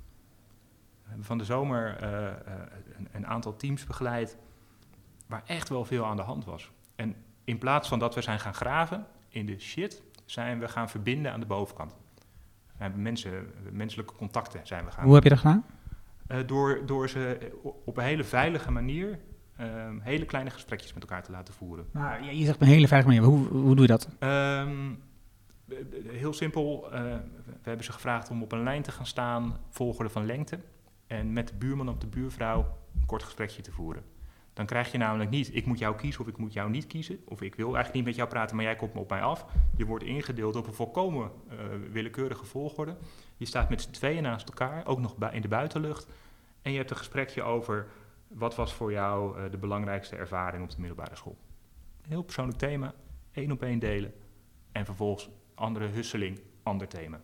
We hebben van de zomer uh, uh, een, een aantal teams begeleid waar echt wel veel aan de hand was. En in plaats van dat we zijn gaan graven in de shit, zijn we gaan verbinden aan de bovenkant. We hebben mensen, menselijke contacten zijn we gaan... Hoe heb je dat gedaan? Uh, door, door ze op een hele veilige manier uh, hele kleine gesprekjes met elkaar te laten voeren. Nou, je zegt op een hele veilige manier. Hoe, hoe doe je dat? Um, heel simpel. Uh, we hebben ze gevraagd om op een lijn te gaan staan, volgorde van lengte. En met de buurman of de buurvrouw een kort gesprekje te voeren. Dan krijg je namelijk niet, ik moet jou kiezen of ik moet jou niet kiezen. Of ik wil eigenlijk niet met jou praten, maar jij komt op mij af. Je wordt ingedeeld op een volkomen uh, willekeurige volgorde. Je staat met z'n tweeën naast elkaar, ook nog bu- in de buitenlucht. En je hebt een gesprekje over wat was voor jou uh, de belangrijkste ervaring op de middelbare school. Een heel persoonlijk thema, één op één delen. En vervolgens andere husseling, ander thema.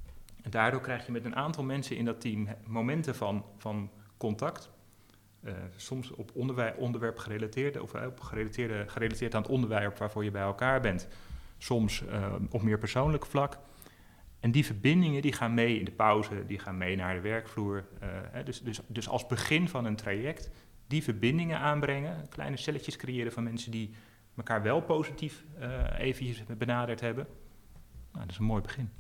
En daardoor krijg je met een aantal mensen in dat team momenten van, van contact. Uh, soms op onderwerp, onderwerp gerelateerd, of op gerelateerde, gerelateerd aan het onderwerp waarvoor je bij elkaar bent. Soms uh, op meer persoonlijk vlak. En die verbindingen die gaan mee in de pauze, die gaan mee naar de werkvloer. Uh, hè, dus, dus, dus als begin van een traject die verbindingen aanbrengen, kleine celletjes creëren van mensen die elkaar wel positief uh, eventjes benaderd hebben. Nou, dat is een mooi begin.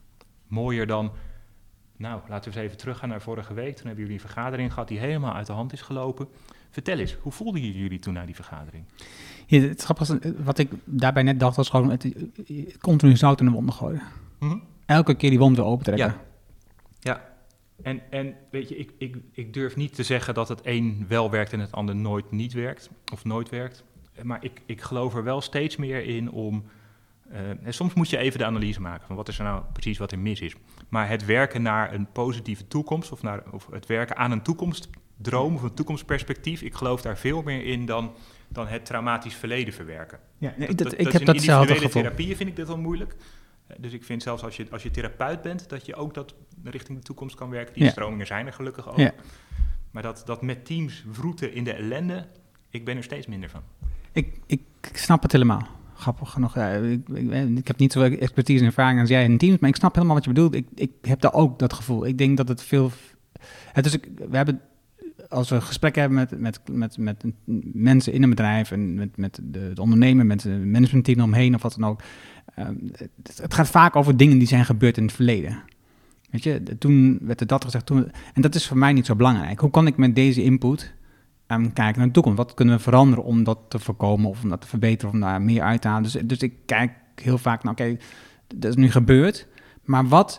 Mooier dan, nou, laten we eens even teruggaan naar vorige week. Toen hebben jullie een vergadering gehad die helemaal uit de hand is gelopen. Vertel eens, hoe voelden jullie toen na die vergadering? Ja, het grappige, wat ik daarbij net dacht, was gewoon het, continu zout in de wonden gooien. Mm-hmm. Elke keer die wond weer opentrekken. Ja, ja. En, en weet je, ik, ik, ik durf niet te zeggen dat het een wel werkt en het ander nooit niet werkt, of nooit werkt. Maar ik, ik geloof er wel steeds meer in om... Uh, en soms moet je even de analyse maken van wat is er nou precies wat er mis is. Maar het werken naar een positieve toekomst of, naar, of het werken aan een toekomstdroom of een toekomstperspectief, ik geloof daar veel meer in dan, dan het traumatisch verleden verwerken. Ja, nee, dat, dat, dat, ik dat heb in datzelfde individuele gevoel. therapieën vind ik dit wel moeilijk. Uh, dus ik vind zelfs als je, als je therapeut bent, dat je ook dat richting de toekomst kan werken. Die ja. stromingen zijn er gelukkig ook. Ja. Maar dat, dat met teams wroeten in de ellende, ik ben er steeds minder van. Ik, ik snap het helemaal. Grappig genoeg. Ja, ik, ik, ik heb niet zoveel expertise en ervaring als jij in teams, maar ik snap helemaal wat je bedoelt. Ik, ik heb daar ook dat gevoel. Ik denk dat het veel... Het dus ik, we hebben, als we gesprekken hebben met, met, met, met mensen in een bedrijf en met, met de, de ondernemer, met het managementteam omheen of wat dan ook. Um, het, het gaat vaak over dingen die zijn gebeurd in het verleden. Weet je, toen werd er dat gezegd. Toen, en dat is voor mij niet zo belangrijk. Hoe kan ik met deze input... Um, kijken naar de toekomst. Wat kunnen we veranderen om dat te voorkomen of om dat te verbeteren of om daar meer uit te halen. Dus, dus ik kijk heel vaak naar, oké, okay, dat is nu gebeurd, maar wat,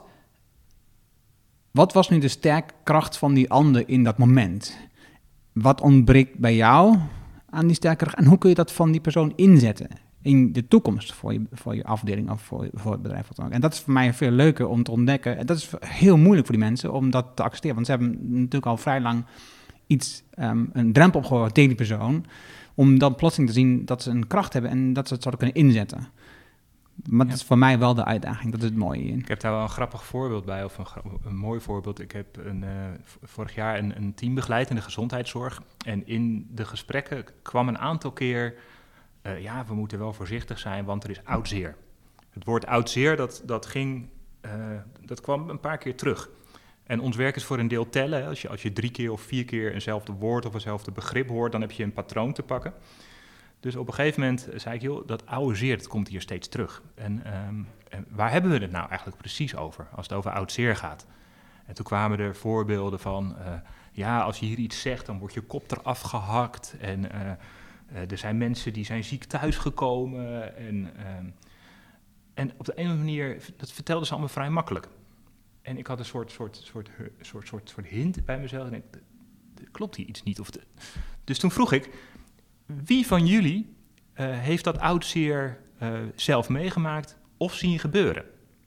wat was nu de sterke kracht van die ander in dat moment? Wat ontbreekt bij jou aan die sterke kracht en hoe kun je dat van die persoon inzetten in de toekomst voor je, voor je afdeling of voor, voor het bedrijf? Wat dan ook. En dat is voor mij veel leuker om te ontdekken. En dat is heel moeilijk voor die mensen om dat te accepteren, want ze hebben natuurlijk al vrij lang iets, um, een drempel opgehouden tegen die persoon, om dan plotseling te zien dat ze een kracht hebben en dat ze het zouden kunnen inzetten. Maar ja. dat is voor mij wel de uitdaging, dat is het mooie in. Ik heb daar wel een grappig voorbeeld bij, of een, gra- een mooi voorbeeld. Ik heb een, uh, vorig jaar een, een team begeleid in de gezondheidszorg. En in de gesprekken kwam een aantal keer, uh, ja, we moeten wel voorzichtig zijn, want er is oud zeer. Het woord oud zeer, dat, dat, ging, uh, dat kwam een paar keer terug. En ons werk is voor een deel tellen. Hè. Als je, als je drie keer of vier keer eenzelfde woord of eenzelfde begrip hoort, dan heb je een patroon te pakken. Dus op een gegeven moment zei ik, joh, dat oude zeer, dat komt hier steeds terug. En, um, en waar hebben we het nou eigenlijk precies over, als het over oud zeer gaat? En toen kwamen er voorbeelden van, uh, ja, als je hier iets zegt, dan wordt je kop eraf gehakt. En uh, uh, er zijn mensen die zijn ziek thuisgekomen. En, uh, en op de een of andere manier, dat vertelden ze allemaal vrij makkelijk. En ik had een soort, soort, soort, soort, soort, soort hint bij mezelf. En ik, klopt hier iets niet? Of de... Dus toen vroeg ik, wie van jullie uh, heeft dat oud zeer uh, zelf meegemaakt of zien gebeuren?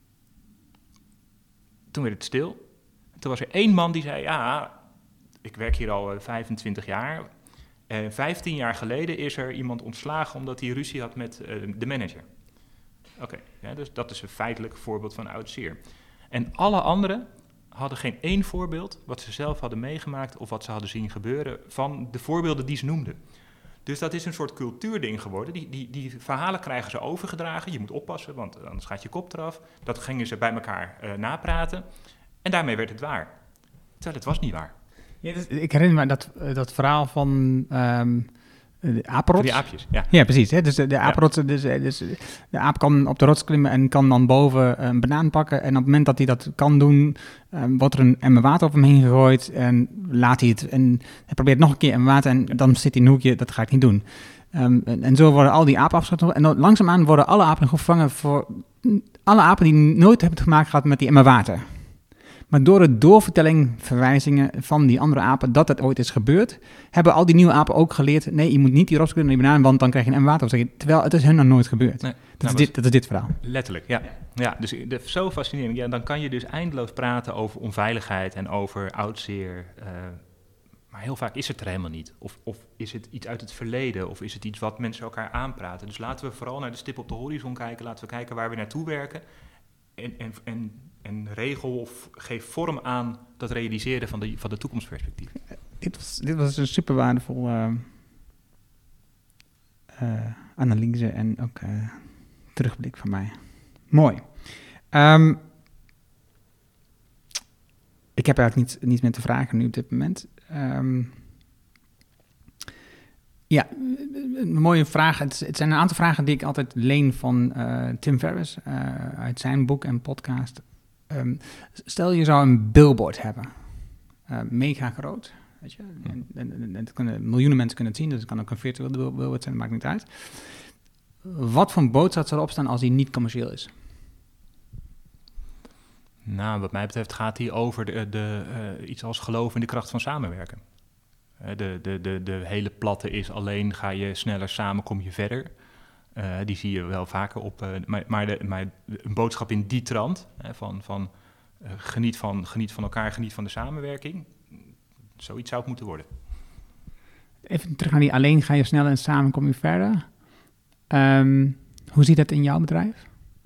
Toen werd het stil. Toen was er één man die zei, ja, ik werk hier al uh, vijfentwintig jaar. En vijftien jaar geleden is er iemand ontslagen omdat hij ruzie had met uh, de manager. Oké, okay, ja, dus dat is een feitelijk voorbeeld van oud zeer. En alle anderen hadden geen één voorbeeld wat ze zelf hadden meegemaakt of wat ze hadden zien gebeuren van de voorbeelden die ze noemden. Dus dat is een soort cultuurding geworden. Die, die, die verhalen krijgen ze overgedragen. Je moet oppassen, want anders gaat je kop eraf. Dat gingen ze bij elkaar uh, napraten. En daarmee werd het waar. Terwijl het was niet waar. Ja, dus, ik herinner me dat, dat verhaal van um, de apenrots. Die aapjes, ja. Ja, precies. Hè? Dus de, de apenrots, ja. dus, dus de aap kan op de rots klimmen en kan dan boven een banaan pakken. En op het moment dat hij dat kan doen, um, wordt er een emmer water op hem heen gegooid en laat hij het. En hij probeert nog een keer emmer water en ja. dan zit hij in een hoekje, dat ga ik niet doen. Um, en, en zo worden al die apen afgeschoten. En dan langzaamaan worden alle apen gevangen voor alle apen die nooit hebben te maken gehad met die emmer water. Maar door de doorvertelling, verwijzingen van die andere apen, dat dat ooit is gebeurd, hebben al die nieuwe apen ook geleerd, nee, je moet niet die rotskruid naar die banaan, want dan krijg je een water. Terwijl het is hun nog nooit gebeurd. Nee, dat, nou, is dit, dat is dit verhaal. Letterlijk, ja. Ja, dus de, zo fascinerend. Ja, dan kan je dus eindeloos praten over onveiligheid en over oudzeer. Uh, maar heel vaak is het er helemaal niet. Of, of is het iets uit het verleden? Of is het iets wat mensen elkaar aanpraten? Dus laten we vooral naar de stip op de horizon kijken. Laten we kijken waar we naartoe werken. En, en, en, en regel of geef vorm aan dat realiseren van de, van de toekomstperspectief. Uh, dit, was, dit was een super waardevol uh, uh, analyse en ook uh, terugblik van mij. Mooi. Um, ik heb eigenlijk niet, niet meer te vragen nu op dit moment. Um, ja, een mooie vraag. Het, het zijn een aantal vragen die ik altijd leen van uh, Tim Ferriss uh, uit zijn boek en podcast. Um, stel je zou een billboard hebben, uh, mega groot, weet je, en, en, en het kunnen, miljoenen mensen kunnen het zien, dus het kan ook een virtueel billboard zijn, dat maakt niet uit. Wat voor boodschap zou erop staan als die niet commercieel is? Nou, wat mij betreft gaat die over de, de, uh, iets als geloof in de kracht van samenwerken. Uh, de, de, de, de hele platte is alleen ga je sneller samen, kom je verder. Uh, die zie je wel vaker op. Uh, maar, maar, de, maar een boodschap in die trant, hè, van, van, uh, geniet van geniet van elkaar, geniet van de samenwerking. Zoiets zou het moeten worden. Even terug naar die alleen ga je sneller en samen kom je verder. Um, hoe ziet dat in jouw bedrijf?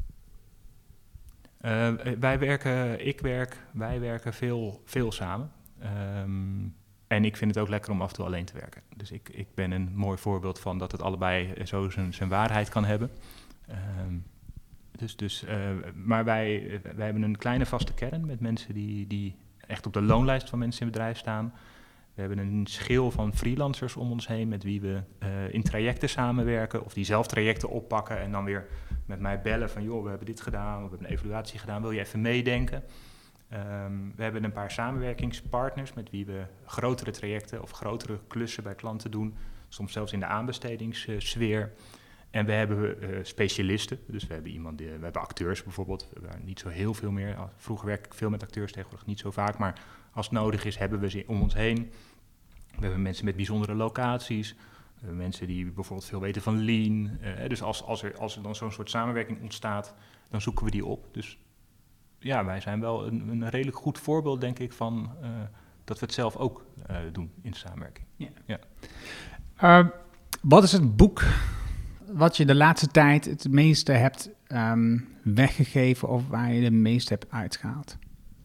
Uh, wij werken, ik werk, wij werken veel, veel samen. Um, en ik vind het ook lekker om af en toe alleen te werken. Dus ik, ik ben een mooi voorbeeld van dat het allebei zo zijn, zijn waarheid kan hebben. Um, dus, dus, uh, maar wij, wij hebben een kleine vaste kern met mensen die, die echt op de loonlijst van mensen in het bedrijf staan. We hebben een schil van freelancers om ons heen met wie we uh, in trajecten samenwerken of die zelf trajecten oppakken en dan weer met mij bellen van joh, we hebben dit gedaan, we hebben een evaluatie gedaan, wil je even meedenken? Um, we hebben een paar samenwerkingspartners met wie we grotere trajecten of grotere klussen bij klanten doen, soms zelfs in de aanbestedingssfeer. En we hebben uh, specialisten, dus we hebben iemand die, we hebben acteurs bijvoorbeeld, we hebben niet zo heel veel meer. Vroeger werk ik veel met acteurs, tegenwoordig niet zo vaak, maar als het nodig is hebben we ze om ons heen. We hebben mensen met bijzondere locaties, we hebben mensen die bijvoorbeeld veel weten van lean. Uh, dus als, als, er, als er dan zo'n soort samenwerking ontstaat, dan zoeken we die op. Dus ja, wij zijn wel een, een redelijk goed voorbeeld, denk ik, van uh, dat we het zelf ook uh, doen in de samenwerking. Ja. Ja. Uh, wat is het boek wat je de laatste tijd het meeste hebt um, weggegeven of waar je de meeste hebt uitgehaald?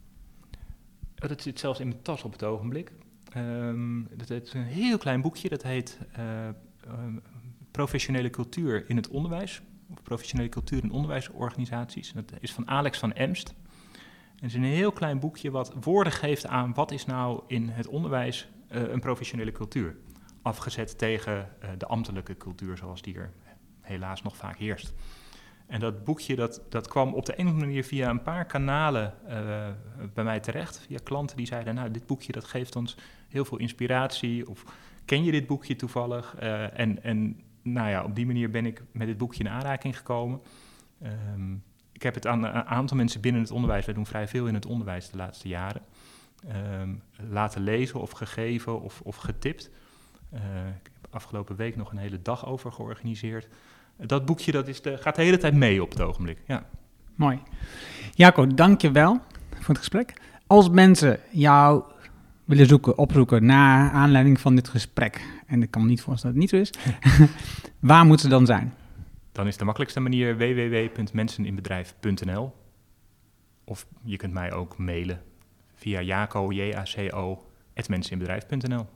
Dat zit zelfs in mijn tas op het ogenblik. Um, dat is een heel klein boekje, dat heet uh, um, Professionele cultuur in het onderwijs. Of Professionele cultuur in onderwijsorganisaties. Dat is van Alex van Emst. En het is een heel klein boekje wat woorden geeft aan wat is nou in het onderwijs uh, een professionele cultuur. Afgezet tegen uh, de ambtelijke cultuur zoals die er helaas nog vaak heerst. En dat boekje dat, dat kwam op de een of andere manier via een paar kanalen uh, bij mij terecht. Via klanten die zeiden, nou dit boekje dat geeft ons heel veel inspiratie. Of ken je dit boekje toevallig? Uh, en, en nou ja, op die manier ben ik met dit boekje in aanraking gekomen. Um, ik heb het aan een aantal mensen binnen het onderwijs, wij doen vrij veel in het onderwijs de laatste jaren, um, laten lezen of gegeven of, of getipt. Uh, ik heb afgelopen week nog een hele dag over georganiseerd. Dat boekje dat is de, gaat de hele tijd mee op het ogenblik. Ja. Mooi. Jaco, dank je wel voor het gesprek. Als mensen jou willen zoeken, opzoeken naar aanleiding van dit gesprek, en ik kan me niet voorstellen dat het niet zo is, waar moeten ze dan zijn? Dan is de makkelijkste manier w w w punt menseninbedrijf punt n l. Of je kunt mij ook mailen via jaco, j a c o, at menseninbedrijf punt n l.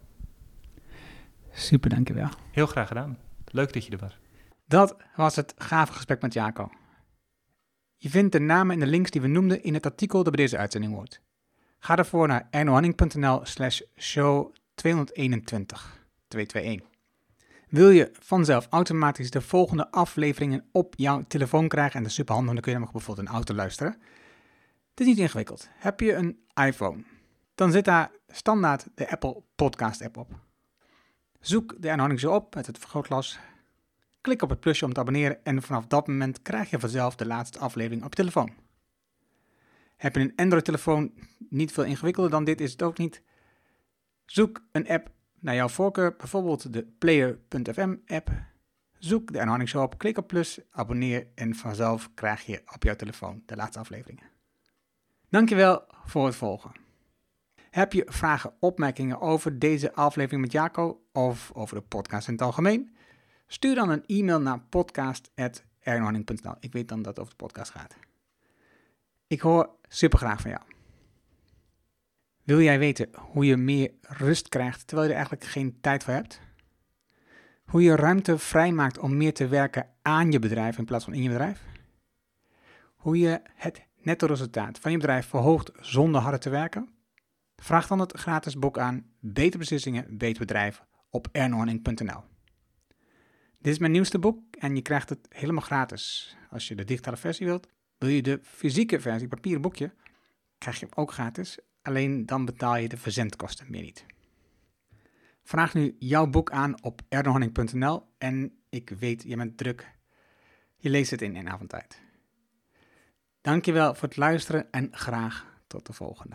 Super, dank je wel. Heel graag gedaan. Leuk dat je er was. Dat was het gave gesprek met Jaco. Je vindt de namen en de links die we noemden in het artikel dat bij deze uitzending hoort. Ga daarvoor naar ernohanning.nl slash show tweehonderdeenentwintig, tweehonderdeenentwintig. Wil je vanzelf automatisch de volgende afleveringen op jouw telefoon krijgen, en dat is super handig, dan kun je namelijk bijvoorbeeld een auto luisteren. Het is niet ingewikkeld. Heb je een iPhone, dan zit daar standaard de Apple Podcast app op. Zoek de Erno Hanning Show op met het vergrootglas. Klik op het plusje om te abonneren en vanaf dat moment krijg je vanzelf de laatste aflevering op je telefoon. Heb je een Android-telefoon, niet veel ingewikkelder dan dit is het ook niet. Zoek een app naar jouw voorkeur, bijvoorbeeld de Player punt f m app. Zoek de Erno Hamming Show op, klik op plus, abonneer en vanzelf krijg je op jouw telefoon de laatste afleveringen. Dankjewel voor het volgen. Heb je vragen, opmerkingen over deze aflevering met Jaco of over de podcast in het algemeen? Stuur dan een e-mail naar podcast at erno hamming punt n l. Ik weet dan dat het over de podcast gaat. Ik hoor super graag van jou. Wil jij weten hoe je meer rust krijgt terwijl je er eigenlijk geen tijd voor hebt? Hoe je ruimte vrijmaakt om meer te werken aan je bedrijf in plaats van in je bedrijf? Hoe je het netto resultaat van je bedrijf verhoogt zonder harder te werken? Vraag dan het gratis boek aan Beter Beslissingen, Beter Bedrijf op erno hamming punt n l. Dit is mijn nieuwste boek en je krijgt het helemaal gratis. Als je de digitale versie wilt, wil je de fysieke versie, papieren boekje, krijg je hem ook gratis. Alleen dan betaal je de verzendkosten, meer niet. Vraag nu jouw boek aan op erno hamming punt n l en ik weet, je bent druk. Je leest het in één avondtijd. Dankjewel voor het luisteren en graag tot de volgende.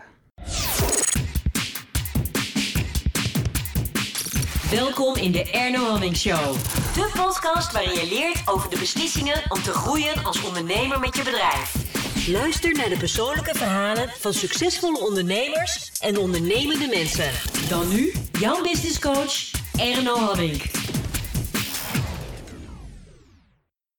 Welkom in de Erno Hamming Show. De podcast waarin je leert over de beslissingen om te groeien als ondernemer met je bedrijf. Luister naar de persoonlijke verhalen van succesvolle ondernemers en ondernemende mensen. Dan nu, jouw business coach, Erno Hamming.